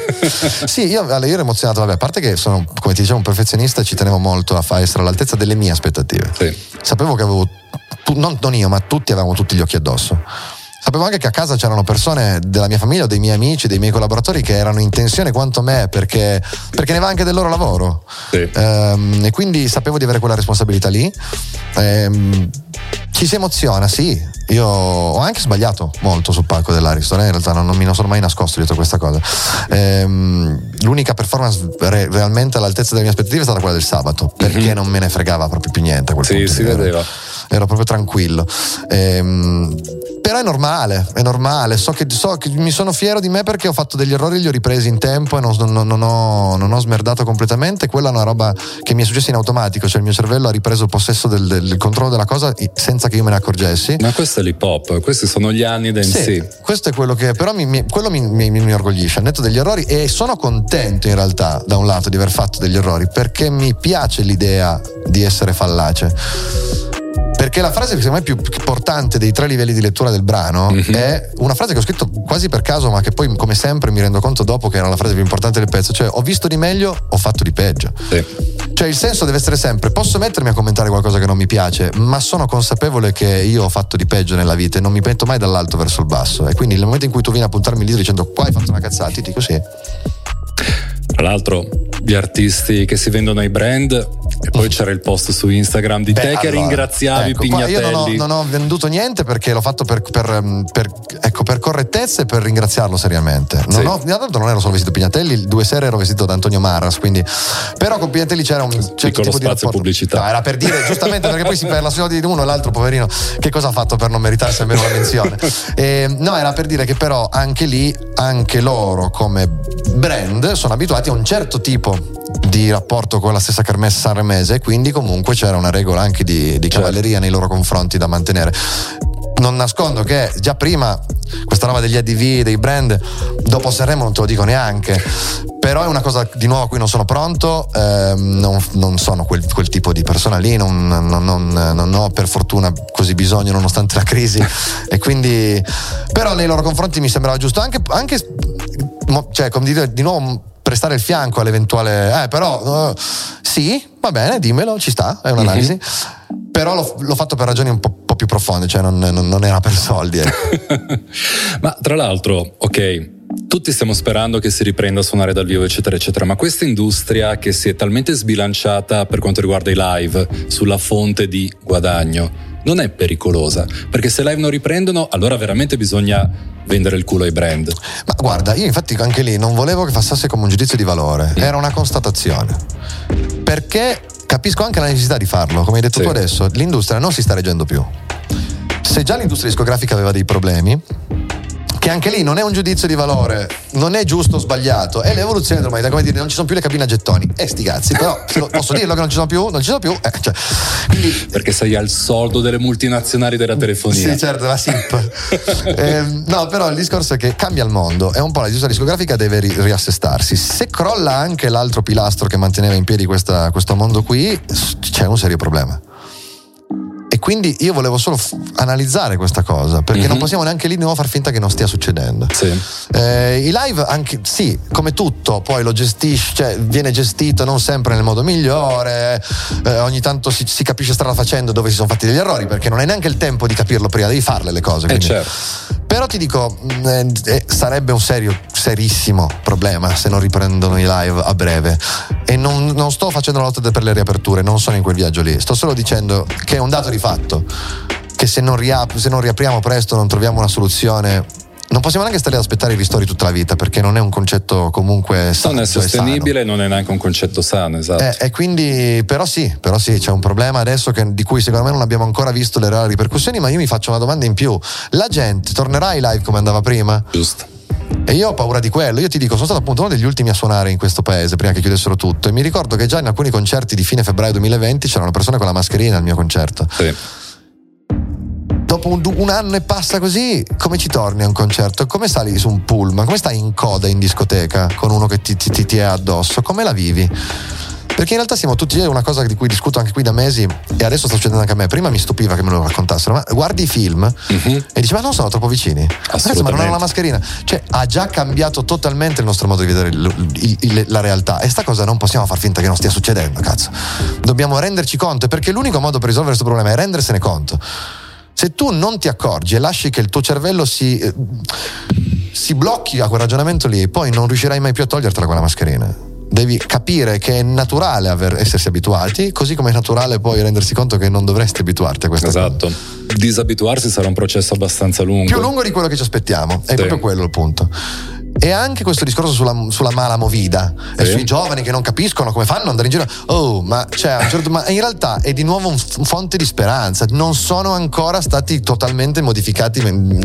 Sì, io, allora, io ero emozionato, vabbè, a parte che sono, come ti dicevo, un perfezionista, ci tenevo molto a fare essere all'altezza delle mie aspettative. Sì. Sapevo che avevo, non, non io, ma tutti avevamo tutti gli occhi addosso. Sapevo anche che a casa c'erano persone della mia famiglia o dei miei amici, dei miei collaboratori che erano in tensione quanto me, perché, perché ne va anche del loro lavoro. Sì. Ehm, e quindi sapevo di avere quella responsabilità lì. Ehm, ci si emoziona, sì. Io ho anche sbagliato molto sul palco dell'Ariston, eh? In realtà non, non mi non sono mai nascosto dietro questa cosa. Ehm, l'unica performance re, realmente all'altezza delle mie aspettative è stata quella del sabato, perché mm-hmm. non me ne fregava proprio più niente a quel sì, punto. Si ero, vedeva. Ero proprio tranquillo. Ehm, però è normale, è normale. So che, so che mi sono fiero di me perché ho fatto degli errori, li ho ripresi in tempo e non, non, non, ho, non ho smerdato completamente. Quella è una roba che mi è successa in automatico, cioè il mio cervello ha ripreso possesso del, del controllo della cosa senza che io me ne accorgessi. Ma questo è l'hip hop, questi sono gli anni da M C. Sì, questo è quello che però mi, mi, quello mi, mi, mi orgoglisce, al netto degli errori, e sono contento in realtà da un lato di aver fatto degli errori, perché mi piace l'idea di essere fallace. Perché la frase secondo me più importante dei tre livelli di lettura del brano mm-hmm. è una frase che ho scritto quasi per caso, ma che poi come sempre mi rendo conto dopo che era la frase più importante del pezzo, cioè ho visto di meglio, ho fatto di peggio. Sì. Cioè il senso deve essere sempre: posso mettermi a commentare qualcosa che non mi piace, ma sono consapevole che io ho fatto di peggio nella vita e non mi metto mai dall'alto verso il basso. E quindi nel momento in cui tu vieni a puntarmi lì dicendo qua hai fatto una cazzata, ti dico sì. Tra l'altro gli artisti che si vendono ai brand, e poi c'era il post su Instagram di Beh, te che allora, ringraziavi ecco, Pignatelli. Io non ho, non ho venduto niente perché l'ho fatto per, per, per, ecco, per correttezza e per ringraziarlo seriamente. Non, sì. ho, tanto non ero solo vestito Pignatelli, due sere ero vestito da Antonio Maras, quindi, però con Pignatelli c'era un certo piccolo tipo di spazio pubblicità. No, era per dire giustamente, perché poi si per la soldi di uno e l'altro poverino che cosa ha fatto per non meritarsi almeno una menzione. E, no, era per dire che però anche lì, anche loro come brand sono abituati a un certo tipo di rapporto con la stessa kermesse sanremese, quindi comunque c'era una regola anche di, di cavalleria nei loro confronti da mantenere. Non nascondo che già prima questa roba degli A D V, dei brand, dopo Sanremo non te lo dico neanche, però è una cosa di nuovo a cui non sono pronto, ehm, non, non sono quel, quel tipo di persona lì, non, non, non, non ho per fortuna così bisogno nonostante la crisi e quindi, però nei loro confronti mi sembrava giusto anche, anche cioè come dire, di nuovo prestare il fianco all'eventuale eh però uh, sì, va bene, dimmelo, ci sta, è un'analisi. Mm-hmm. Però l'ho, l'ho fatto per ragioni un po', po' più profonde, cioè non, non, non era per soldi. Eh. Ma tra l'altro, ok, tutti stiamo sperando che si riprenda a suonare dal vivo eccetera eccetera, ma questa industria che si è talmente sbilanciata per quanto riguarda i live sulla fonte di guadagno non è pericolosa, perché se live non riprendono allora veramente bisogna vendere il culo ai brand. Ma guarda, io infatti anche lì non volevo che passasse come un giudizio di valore, mm. era una constatazione, perché capisco anche la necessità di farlo, come hai detto sì. tu adesso, l'industria non si sta reggendo più. Se già l'industria discografica aveva dei problemi, che anche lì non è un giudizio di valore, non è giusto o sbagliato, è l'evoluzione dell'umanità, come dire non ci sono più le cabine a gettoni, e eh, sti cazzi, però posso dirlo che non ci sono più, non ci sono più, eh, cioè, quindi, perché sei al soldo delle multinazionali della telefonia. Sì, certo, la S I P. eh, no, però il discorso è che cambia il mondo, è un po' la industria discografica deve ri- riassestarsi. Se crolla anche l'altro pilastro che manteneva in piedi questa, questo mondo qui, c'è un serio problema. E quindi io volevo solo f- analizzare questa cosa, perché mm-hmm. non possiamo neanche lì di nuovo far finta che non stia succedendo. Sì. Eh, i live anche sì, come tutto, poi lo gestisce, cioè viene gestito non sempre nel modo migliore, eh, ogni tanto si, si capisce strada facendo dove si sono fatti degli errori, perché non hai neanche il tempo di capirlo prima, devi farle le cose. Eh certo. Però ti dico, eh, eh, sarebbe un serio, serissimo problema se non riprendono i live a breve. E non, non sto facendo la lotta per le riaperture, non sono in quel viaggio lì, sto solo dicendo che è un dato di fatto, che se non, riap- se non riapriamo presto, non troviamo una soluzione, non possiamo neanche stare ad aspettare i ristori tutta la vita, perché non è un concetto comunque sano. Non è sostenibile, non è neanche un concetto sano, esatto. Eh, e quindi, però sì, però sì, c'è un problema adesso che, di cui secondo me non abbiamo ancora visto le reali ripercussioni, ma io mi faccio una domanda in più: la gente tornerà ai live come andava prima? Giusto. E io ho paura di quello. Io ti dico, sono stato appunto uno degli ultimi a suonare in questo paese prima che chiudessero tutto, e mi ricordo che già in alcuni concerti di fine febbraio duemilaventi c'erano persone con la mascherina al mio concerto. Sì. Dopo un, un anno e passa così, come ci torni a un concerto? Come sali su un pullman? Come stai in coda in discoteca con uno che ti, ti, ti, ti è addosso? Come la vivi? Perché in realtà siamo tutti, è una cosa di cui discuto anche qui da mesi, e adesso sta succedendo anche a me. Prima mi stupiva che me lo raccontassero, ma guardi i film uh-huh. e dici ma non sono troppo vicini, adesso ma non hanno la mascherina. Cioè ha già cambiato totalmente il nostro modo di vedere il, il, il, la realtà, e sta cosa non possiamo far finta che non stia succedendo, cazzo. Dobbiamo renderci conto, perché l'unico modo per risolvere questo problema è rendersene conto. Se tu non ti accorgi e lasci che il tuo cervello si, eh, si blocchi a quel ragionamento lì, poi non riuscirai mai più a togliertela quella mascherina. Devi capire che è naturale aver, essersi abituati, così come è naturale poi rendersi conto che non dovresti abituarti a questa esatto. cosa. Disabituarsi sarà un processo abbastanza lungo. Più lungo di quello che ci aspettiamo, è sì. proprio quello il punto. E anche questo discorso sulla, sulla mala movida sì. e sui giovani che non capiscono come fanno ad andare in giro. Oh, ma, cioè, un certo, ma in realtà è di nuovo un, un fonte di speranza. Non sono ancora stati totalmente modificati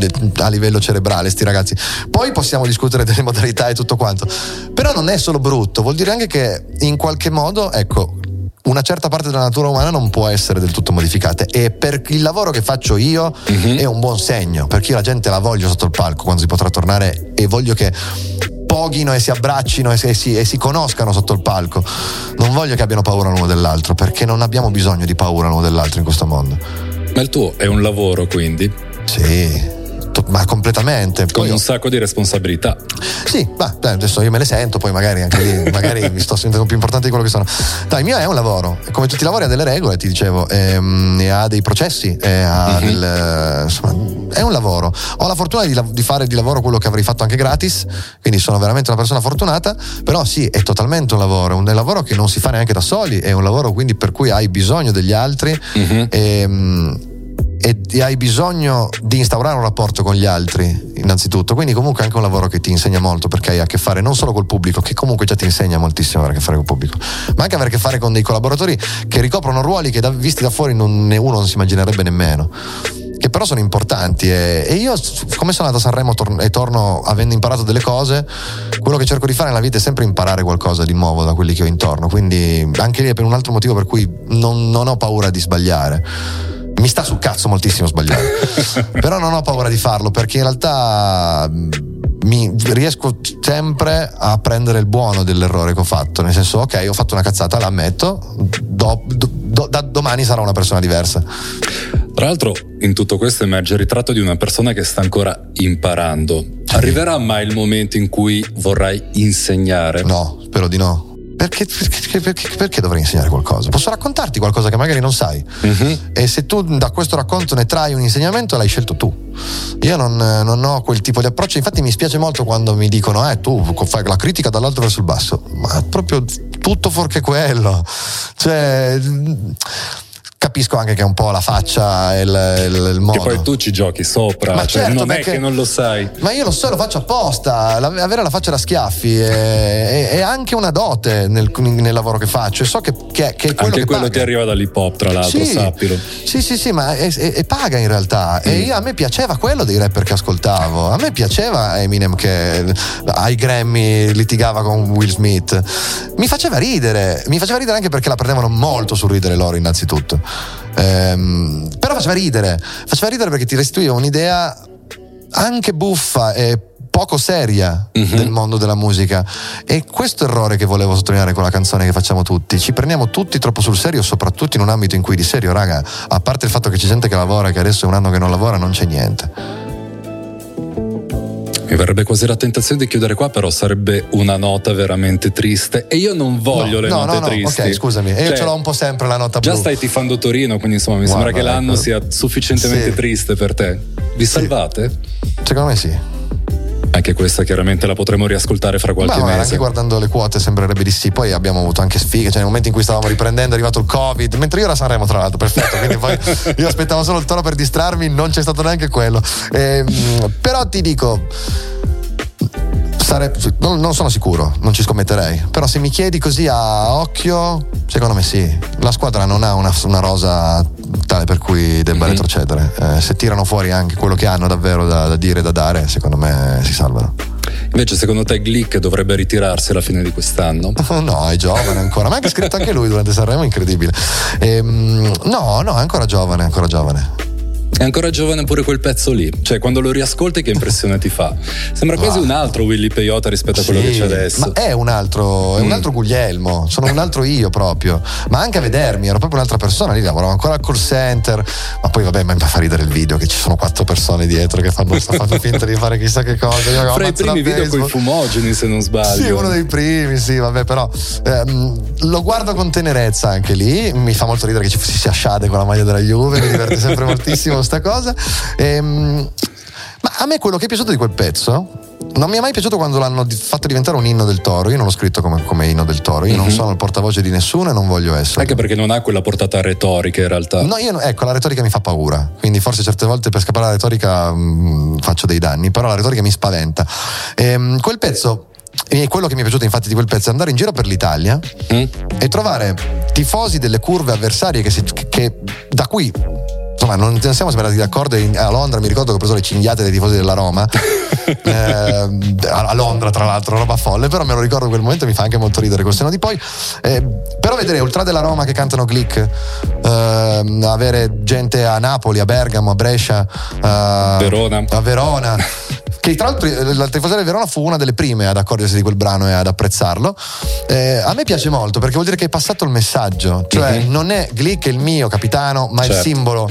a livello cerebrale sti ragazzi. Poi possiamo discutere delle modalità e tutto quanto, però non è solo brutto, vuol dire anche che in qualche modo, ecco, una certa parte della natura umana non può essere del tutto modificata, e per il lavoro che faccio io mm-hmm. è un buon segno, perché io la gente la voglio sotto il palco quando si potrà tornare, e voglio che poghino e si abbraccino e si, e si, e si conoscano sotto il palco. Non voglio che abbiano paura l'uno dell'altro, perché non abbiamo bisogno di paura l'uno dell'altro in questo mondo. Ma il tuo è un lavoro, quindi? Sì, ma completamente. Con poi un io... sacco di responsabilità. Sì, ma adesso io me le sento, poi magari anche lì magari mi sto sentendo più importante di quello che sono. Dai, il mio è un lavoro, come tutti i lavori ha delle regole, ti dicevo, ehm, e ha dei processi, e ha mm-hmm. del, insomma, è un lavoro. Ho la fortuna di, di fare di lavoro quello che avrei fatto anche gratis, quindi sono veramente una persona fortunata, però sì, è totalmente un lavoro, un lavoro che non si fa neanche da soli, è un lavoro quindi per cui hai bisogno degli altri mm-hmm. e, e hai bisogno di instaurare un rapporto con gli altri innanzitutto, quindi comunque è anche un lavoro che ti insegna molto, perché hai a che fare non solo col pubblico, che comunque già ti insegna moltissimo avere a che fare col pubblico, ma anche avere a che fare con dei collaboratori che ricoprono ruoli che da, visti da fuori non, ne uno non si immaginerebbe nemmeno, che però sono importanti. E, e io, come sono andato a Sanremo tor- e torno avendo imparato delle cose, quello che cerco di fare nella vita è sempre imparare qualcosa di nuovo da quelli che ho intorno, quindi anche lì è per un altro motivo per cui non, non ho paura di sbagliare. Mi sta sul cazzo moltissimo sbagliare però non ho paura di farlo, perché in realtà mi riesco sempre a prendere il buono dell'errore che ho fatto, nel senso, ok, ho fatto una cazzata, l'ammetto, do, do, do, da domani sarò una persona diversa. Tra l'altro in tutto questo emerge il ritratto di una persona che sta ancora imparando. Arriverà mai il momento in cui vorrai insegnare? No, spero di no. Perché, perché, perché, perché dovrei insegnare qualcosa? Posso raccontarti qualcosa che magari non sai, uh-huh. e se tu da questo racconto ne trai un insegnamento, l'hai scelto tu. Io non, non ho quel tipo di approccio, infatti mi spiace molto quando mi dicono eh tu fai la critica dall'alto verso il basso, ma proprio tutto fuorché quello, cioè capisco anche che è un po' la faccia e il, il, il modo. Che poi tu ci giochi sopra, ma cioè certo, non perché, è che non lo sai. Ma io lo so, lo faccio apposta. La, avere la faccia da schiaffi è, è, è anche una dote nel, nel lavoro che faccio. E so che, che, che è quello anche che quello paga. ti arriva dall'hip hop, tra l'altro, sì, sappilo. Sì, sì, sì, ma è, è, è paga in realtà. Mm. E io, a me piaceva quello dei rapper che ascoltavo. A me piaceva Eminem che ai Grammy litigava con Will Smith. Mi faceva ridere, mi faceva ridere anche perché la prendevano molto sul ridere loro innanzitutto. Ehm, però faceva ridere, faceva ridere perché ti restituiva un'idea anche buffa e poco seria mm-hmm. del mondo della musica. E questo errore che volevo sottolineare con la canzone che facciamo tutti: ci prendiamo tutti troppo sul serio, soprattutto in un ambito in cui di serio, raga, a parte il fatto che c'è gente che lavora e che adesso è un anno che non lavora, non c'è niente. Mi verrebbe quasi la tentazione di chiudere qua, però sarebbe una nota veramente triste e io non voglio no, le no, note no, no, tristi. Ok, scusami, e io cioè, ce l'ho un po' sempre la nota già blu. Già stai tifando Torino, quindi insomma mi Guarda, sembra che l'anno ecco. sia sufficientemente sì. triste per te. Vi sì. salvate? Secondo me sì. Anche questa chiaramente la potremo riascoltare fra qualche ma, mese. Ma anche guardando le quote sembrerebbe di sì. Poi abbiamo avuto anche sfighe, cioè nel momento in cui stavamo riprendendo è arrivato il Covid, mentre io era a Sanremo tra l'altro, perfetto, quindi poi io aspettavo solo il toro per distrarmi, non c'è stato neanche quello. E, però ti dico, sare... non, non sono sicuro, non ci scommetterei, però se mi chiedi così a occhio, secondo me sì. La squadra non ha una, una rosa tale per cui debba mm-hmm. retrocedere. Eh, se tirano fuori anche quello che hanno davvero da, da dire e da dare, secondo me si salvano. Invece secondo te Glick dovrebbe ritirarsi alla fine di quest'anno? No, è giovane ancora, ma ha anche scritto anche lui durante Sanremo, incredibile. Ehm, no, no, è ancora giovane, ancora giovane. È ancora giovane pure quel pezzo lì, cioè quando lo riascolti che impressione ti fa? Sembra quasi ah. un altro Willy Peyote rispetto a quello sì, che c'è adesso. Ma è un altro, è un altro mm. Guglielmo, sono un altro io proprio, ma anche a vedermi ero proprio un'altra persona, lì lavoravo ancora al call center, ma poi vabbè, ma mi fa ridere il video che ci sono quattro persone dietro che fanno, fanno finta di fare chissà che cosa. Io fra i primi video con i fumogeni, se non sbaglio. Sì, uno dei primi, sì, vabbè, però ehm, lo guardo con tenerezza anche lì, mi fa molto ridere che ci si sia Sciade con la maglia della Juve, mi diverte sempre moltissimo sta cosa. Ehm, ma a me quello che è piaciuto di quel pezzo non mi è mai piaciuto quando l'hanno fatto diventare un inno del Toro. Io non l'ho scritto come, come inno del Toro, io mm-hmm. non sono il portavoce di nessuno e non voglio essere, anche perché non ha quella portata retorica in realtà. No, io ecco, la retorica mi fa paura, quindi forse certe volte per scappare alla retorica mh, faccio dei danni, però la retorica mi spaventa. Ehm, quel pezzo, e quello che mi è piaciuto infatti di quel pezzo è andare in giro per l'Italia mm. e trovare tifosi delle curve avversarie che, si, che, che da qui insomma non siamo sembrati d'accordo. A Londra mi ricordo che ho preso le cinghiate dei tifosi della Roma eh, a Londra tra l'altro, roba folle, però me lo ricordo quel momento, mi fa anche molto ridere col senno di poi. Eh, però vedere Ultra della Roma che cantano Glick, eh, avere gente a Napoli, a Bergamo, a Brescia, a Verona, a Verona che tra l'altro la tifoseria di Verona fu una delle prime ad accorgersi di quel brano e ad apprezzarlo. Eh, a me piace molto perché vuol dire che hai passato il messaggio, cioè mm-hmm. non è Glick il mio capitano, ma certo. il simbolo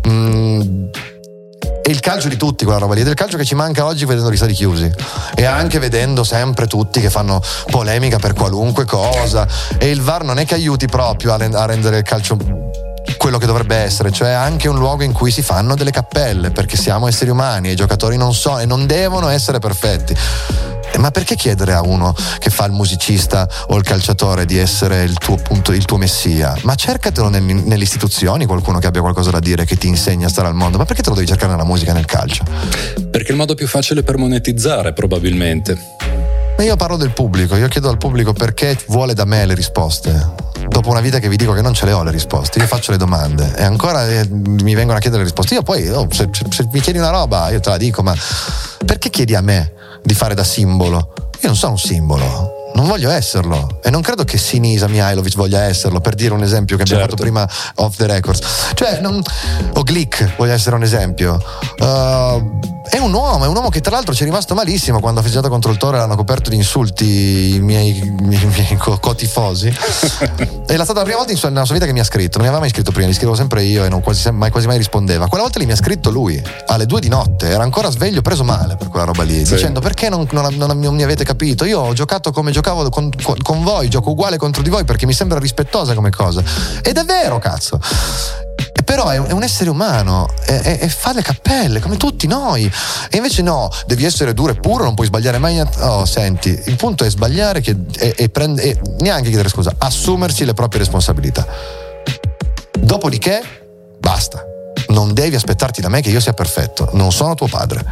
mh, e il calcio di tutti, quella roba lì, del calcio che ci manca oggi vedendo gli stadi chiusi e anche vedendo sempre tutti che fanno polemica per qualunque cosa, e il V A R non è che aiuti proprio a, rend- a rendere il calcio quello che dovrebbe essere, cioè anche un luogo in cui si fanno delle cappelle, perché siamo esseri umani e i giocatori non sono e non devono essere perfetti. Ma perché chiedere a uno che fa il musicista o il calciatore di essere il tuo punto, il tuo messia? Ma cercatelo nel, nelle istituzioni, qualcuno che abbia qualcosa da dire, che ti insegna a stare al mondo. Ma perché te lo devi cercare nella musica e nel calcio? Perché è il modo più facile per monetizzare, probabilmente. Ma io parlo del pubblico, io chiedo al pubblico perché vuole da me le risposte. Dopo una vita che vi dico che non ce le ho le risposte, io faccio le domande e ancora eh, mi vengono a chiedere le risposte. Io poi oh, se, se mi chiedi una roba io te la dico, ma perché chiedi a me di fare da simbolo? Io non sono un simbolo, non voglio esserlo e non credo che Sinisa Mihajlovic voglia esserlo, per dire un esempio che abbiamo certo. fatto prima off the records, cioè non... o Glick voglia essere un esempio. uh, è un uomo, è un uomo che tra l'altro ci è rimasto malissimo quando ha festeggiato contro il Toro e l'hanno coperto di insulti i miei, i miei, i miei co-tifosi. È stata la prima volta in sua, nella sua vita che mi ha scritto, non mi aveva mai scritto prima, gli scrivevo sempre io e non quasi mai, quasi mai rispondeva. Quella volta lì mi ha scritto lui alle due di notte, era ancora sveglio, preso male per quella roba lì, sì. dicendo perché non, non, non, non mi avete capito, io ho giocato come giocavo con, con, con voi, gioco uguale contro di voi perché mi sembra rispettosa come cosa, ed è vero, cazzo. Però è un essere umano e, e, e fa le cappelle come tutti noi, e invece no, devi essere duro e puro, non puoi sbagliare mai niente. Oh, senti, il punto è sbagliare che, e, e, prende, e neanche chiedere scusa, assumersi le proprie responsabilità. Dopodiché, basta. Non devi aspettarti da me che io sia perfetto. Non sono tuo padre.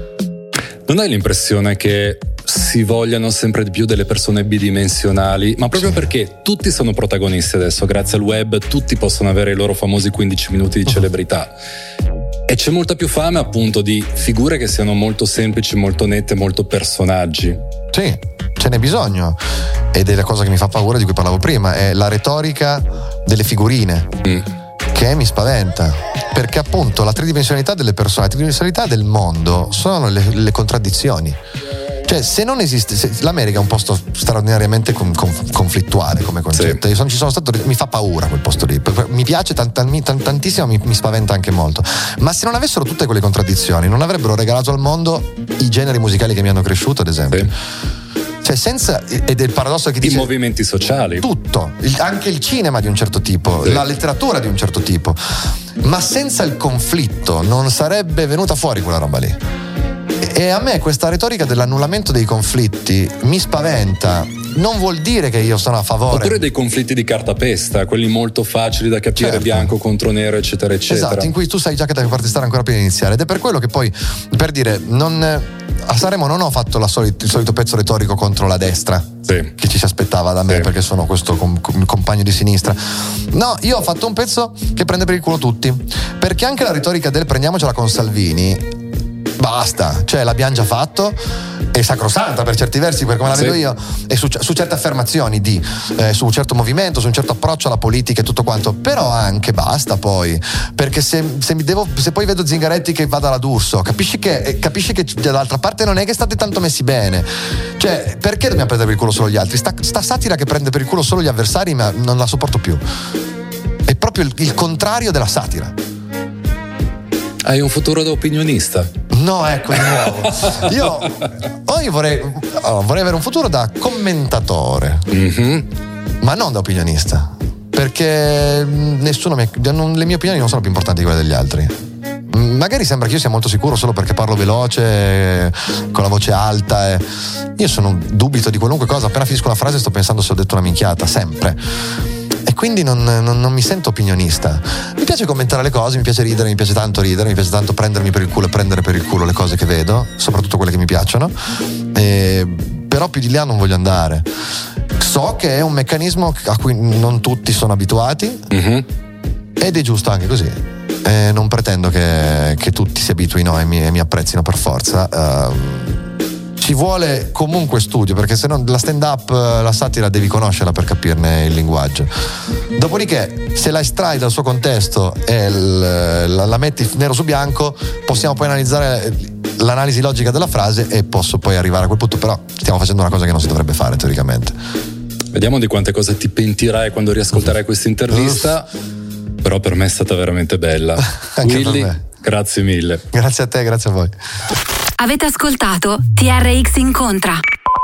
Non hai l'impressione che si vogliano sempre di più delle persone bidimensionali, ma proprio sì. perché tutti sono protagonisti adesso, grazie al web, tutti possono avere i loro famosi quindici minuti di celebrità. E c'è molta più fame appunto di figure che siano molto semplici, molto nette, molto personaggi. Sì, ce n'è bisogno. Ed è la cosa che mi fa paura, di cui parlavo prima, è la retorica delle figurine. Mm. Che mi spaventa, perché appunto la tridimensionalità delle persone, la tridimensionalità del mondo sono le, le contraddizioni. Cioè, se non esiste, se, l'America è un posto straordinariamente con, con, conflittuale come concetto. Sì. Io sono, ci sono stato, mi fa paura quel posto lì. Mi piace tant, tant, tantissimo, mi, mi spaventa anche molto. Ma se non avessero tutte quelle contraddizioni, non avrebbero regalato al mondo i generi musicali che mi hanno cresciuto, ad esempio. Sì. Cioè, senza, ed è il paradosso che dice i movimenti sociali, tutto, il, anche il cinema di un certo tipo, sì. la letteratura di un certo tipo, ma senza il conflitto non sarebbe venuta fuori quella roba lì. E a me questa retorica dell'annullamento dei conflitti mi spaventa. Non vuol dire che io sono a favore. Oppure dei conflitti di cartapesta, quelli molto facili da capire, certo. bianco contro nero, eccetera, eccetera. Esatto, in cui tu sai già che da che parte stare ancora prima di iniziare. Ed è per quello che poi, per dire, non, a Sanremo non ho fatto la solito, il solito pezzo retorico contro la destra, sì. che ci si aspettava da me, sì. perché sono questo com- com- compagno di sinistra. No, io ho fatto un pezzo che prende per il culo tutti, perché anche la retorica del prendiamocela con Salvini basta, cioè l'abbiamo già fatto, è sacrosanta per certi versi, per come la vedo sì. io, e su, su certe affermazioni di eh, su un certo movimento, su un certo approccio alla politica e tutto quanto, però anche basta poi, perché se, se, mi devo, se poi vedo Zingaretti che va dalla D'Urso, capisci che, eh, capisci che dall'altra parte non è che state tanto messi bene, cioè perché dobbiamo prendere per il culo solo gli altri? Sta, sta satira che prende per il culo solo gli avversari, ma non la sopporto più, è proprio il, il contrario della satira. Hai un futuro da opinionista? No, ecco, di nuovo. Io, oh, io vorrei, oh, vorrei avere un futuro da commentatore, mm-hmm. ma non da opinionista, perché nessuno mi, non, le mie opinioni non sono più importanti di quelle degli altri. Magari sembra che io sia molto sicuro solo perché parlo veloce, con la voce alta. E io sono dubito di qualunque cosa. Appena finisco una frase sto pensando se ho detto una minchiata, sempre. E quindi non, non, non mi sento opinionista. Mi piace commentare le cose, mi piace ridere, mi piace tanto ridere, mi piace tanto prendermi per il culo e prendere per il culo le cose che vedo, soprattutto quelle che mi piacciono. E, però più di là non voglio andare. So che è un meccanismo a cui non tutti sono abituati, mm-hmm. ed è giusto anche così. E non pretendo che, che tutti si abituino e mi, e mi apprezzino per forza. Uh, ci vuole comunque studio, perché se no la stand up, la satira devi conoscerla per capirne il linguaggio. Dopodiché, se la estrai dal suo contesto e l, la, la metti nero su bianco, possiamo poi analizzare l'analisi logica della frase e posso poi arrivare a quel punto. Però stiamo facendo una cosa che non si dovrebbe fare teoricamente. Vediamo di quante cose ti pentirai quando riascolterai uh. questa intervista. Uh. Però per me è stata veramente bella. Anche Willy, per me. Grazie mille. Grazie a te, grazie a voi. Avete ascoltato T R X Incontra.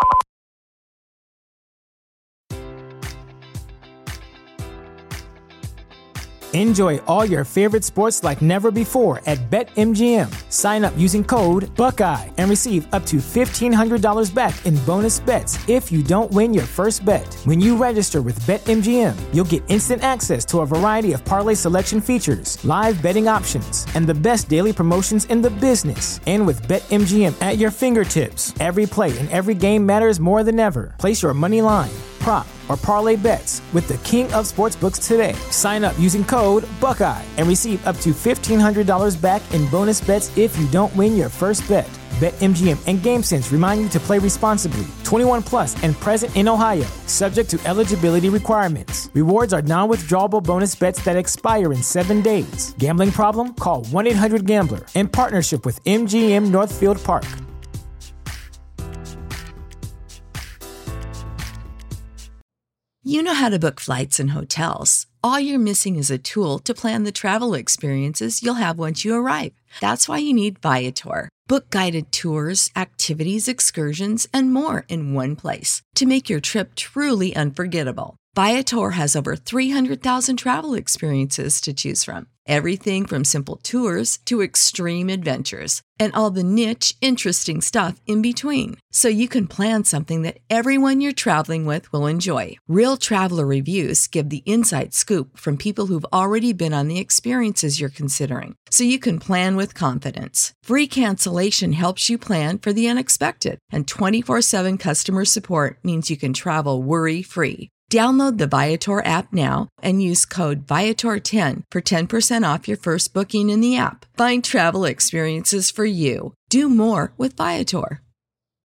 Enjoy all your favorite sports like never before at BetMGM. Sign up using code Buckeye and receive up to fifteen hundred dollars back in bonus bets if you don't win your first bet. When you register with BetMGM, you'll get instant access to a variety of parlay selection features, live betting options, and the best daily promotions in the business. And with BetMGM at your fingertips, every play and every game matters more than ever. Place your money line, prop, or parlay bets with the king of sportsbooks today. Sign up using code Buckeye and receive up to fifteen hundred dollars back in bonus bets if you don't win your first bet. BetMGM and GameSense remind you to play responsibly. twenty-one plus and present in Ohio, subject to eligibility requirements. Rewards are non-withdrawable bonus bets that expire in seven days. Gambling problem? Call one eight hundred gambler in partnership with M G M Northfield Park. You know how to book flights and hotels. All you're missing is a tool to plan the travel experiences you'll have once you arrive. That's why you need Viator. Book guided tours, activities, excursions, and more in one place to make your trip truly unforgettable. Viator has over three hundred thousand travel experiences to choose from. Everything from simple tours to extreme adventures and all the niche, interesting stuff in between. So you can plan something that everyone you're traveling with will enjoy. Real traveler reviews give the inside scoop from people who've already been on the experiences you're considering. So you can plan with confidence. Free cancellation helps you plan for the unexpected. And twenty-four seven customer support means you can travel worry-free. Download the Viator app now and use code Viator ten for ten percent off your first booking in the app. Find travel experiences for you. Do more with Viator.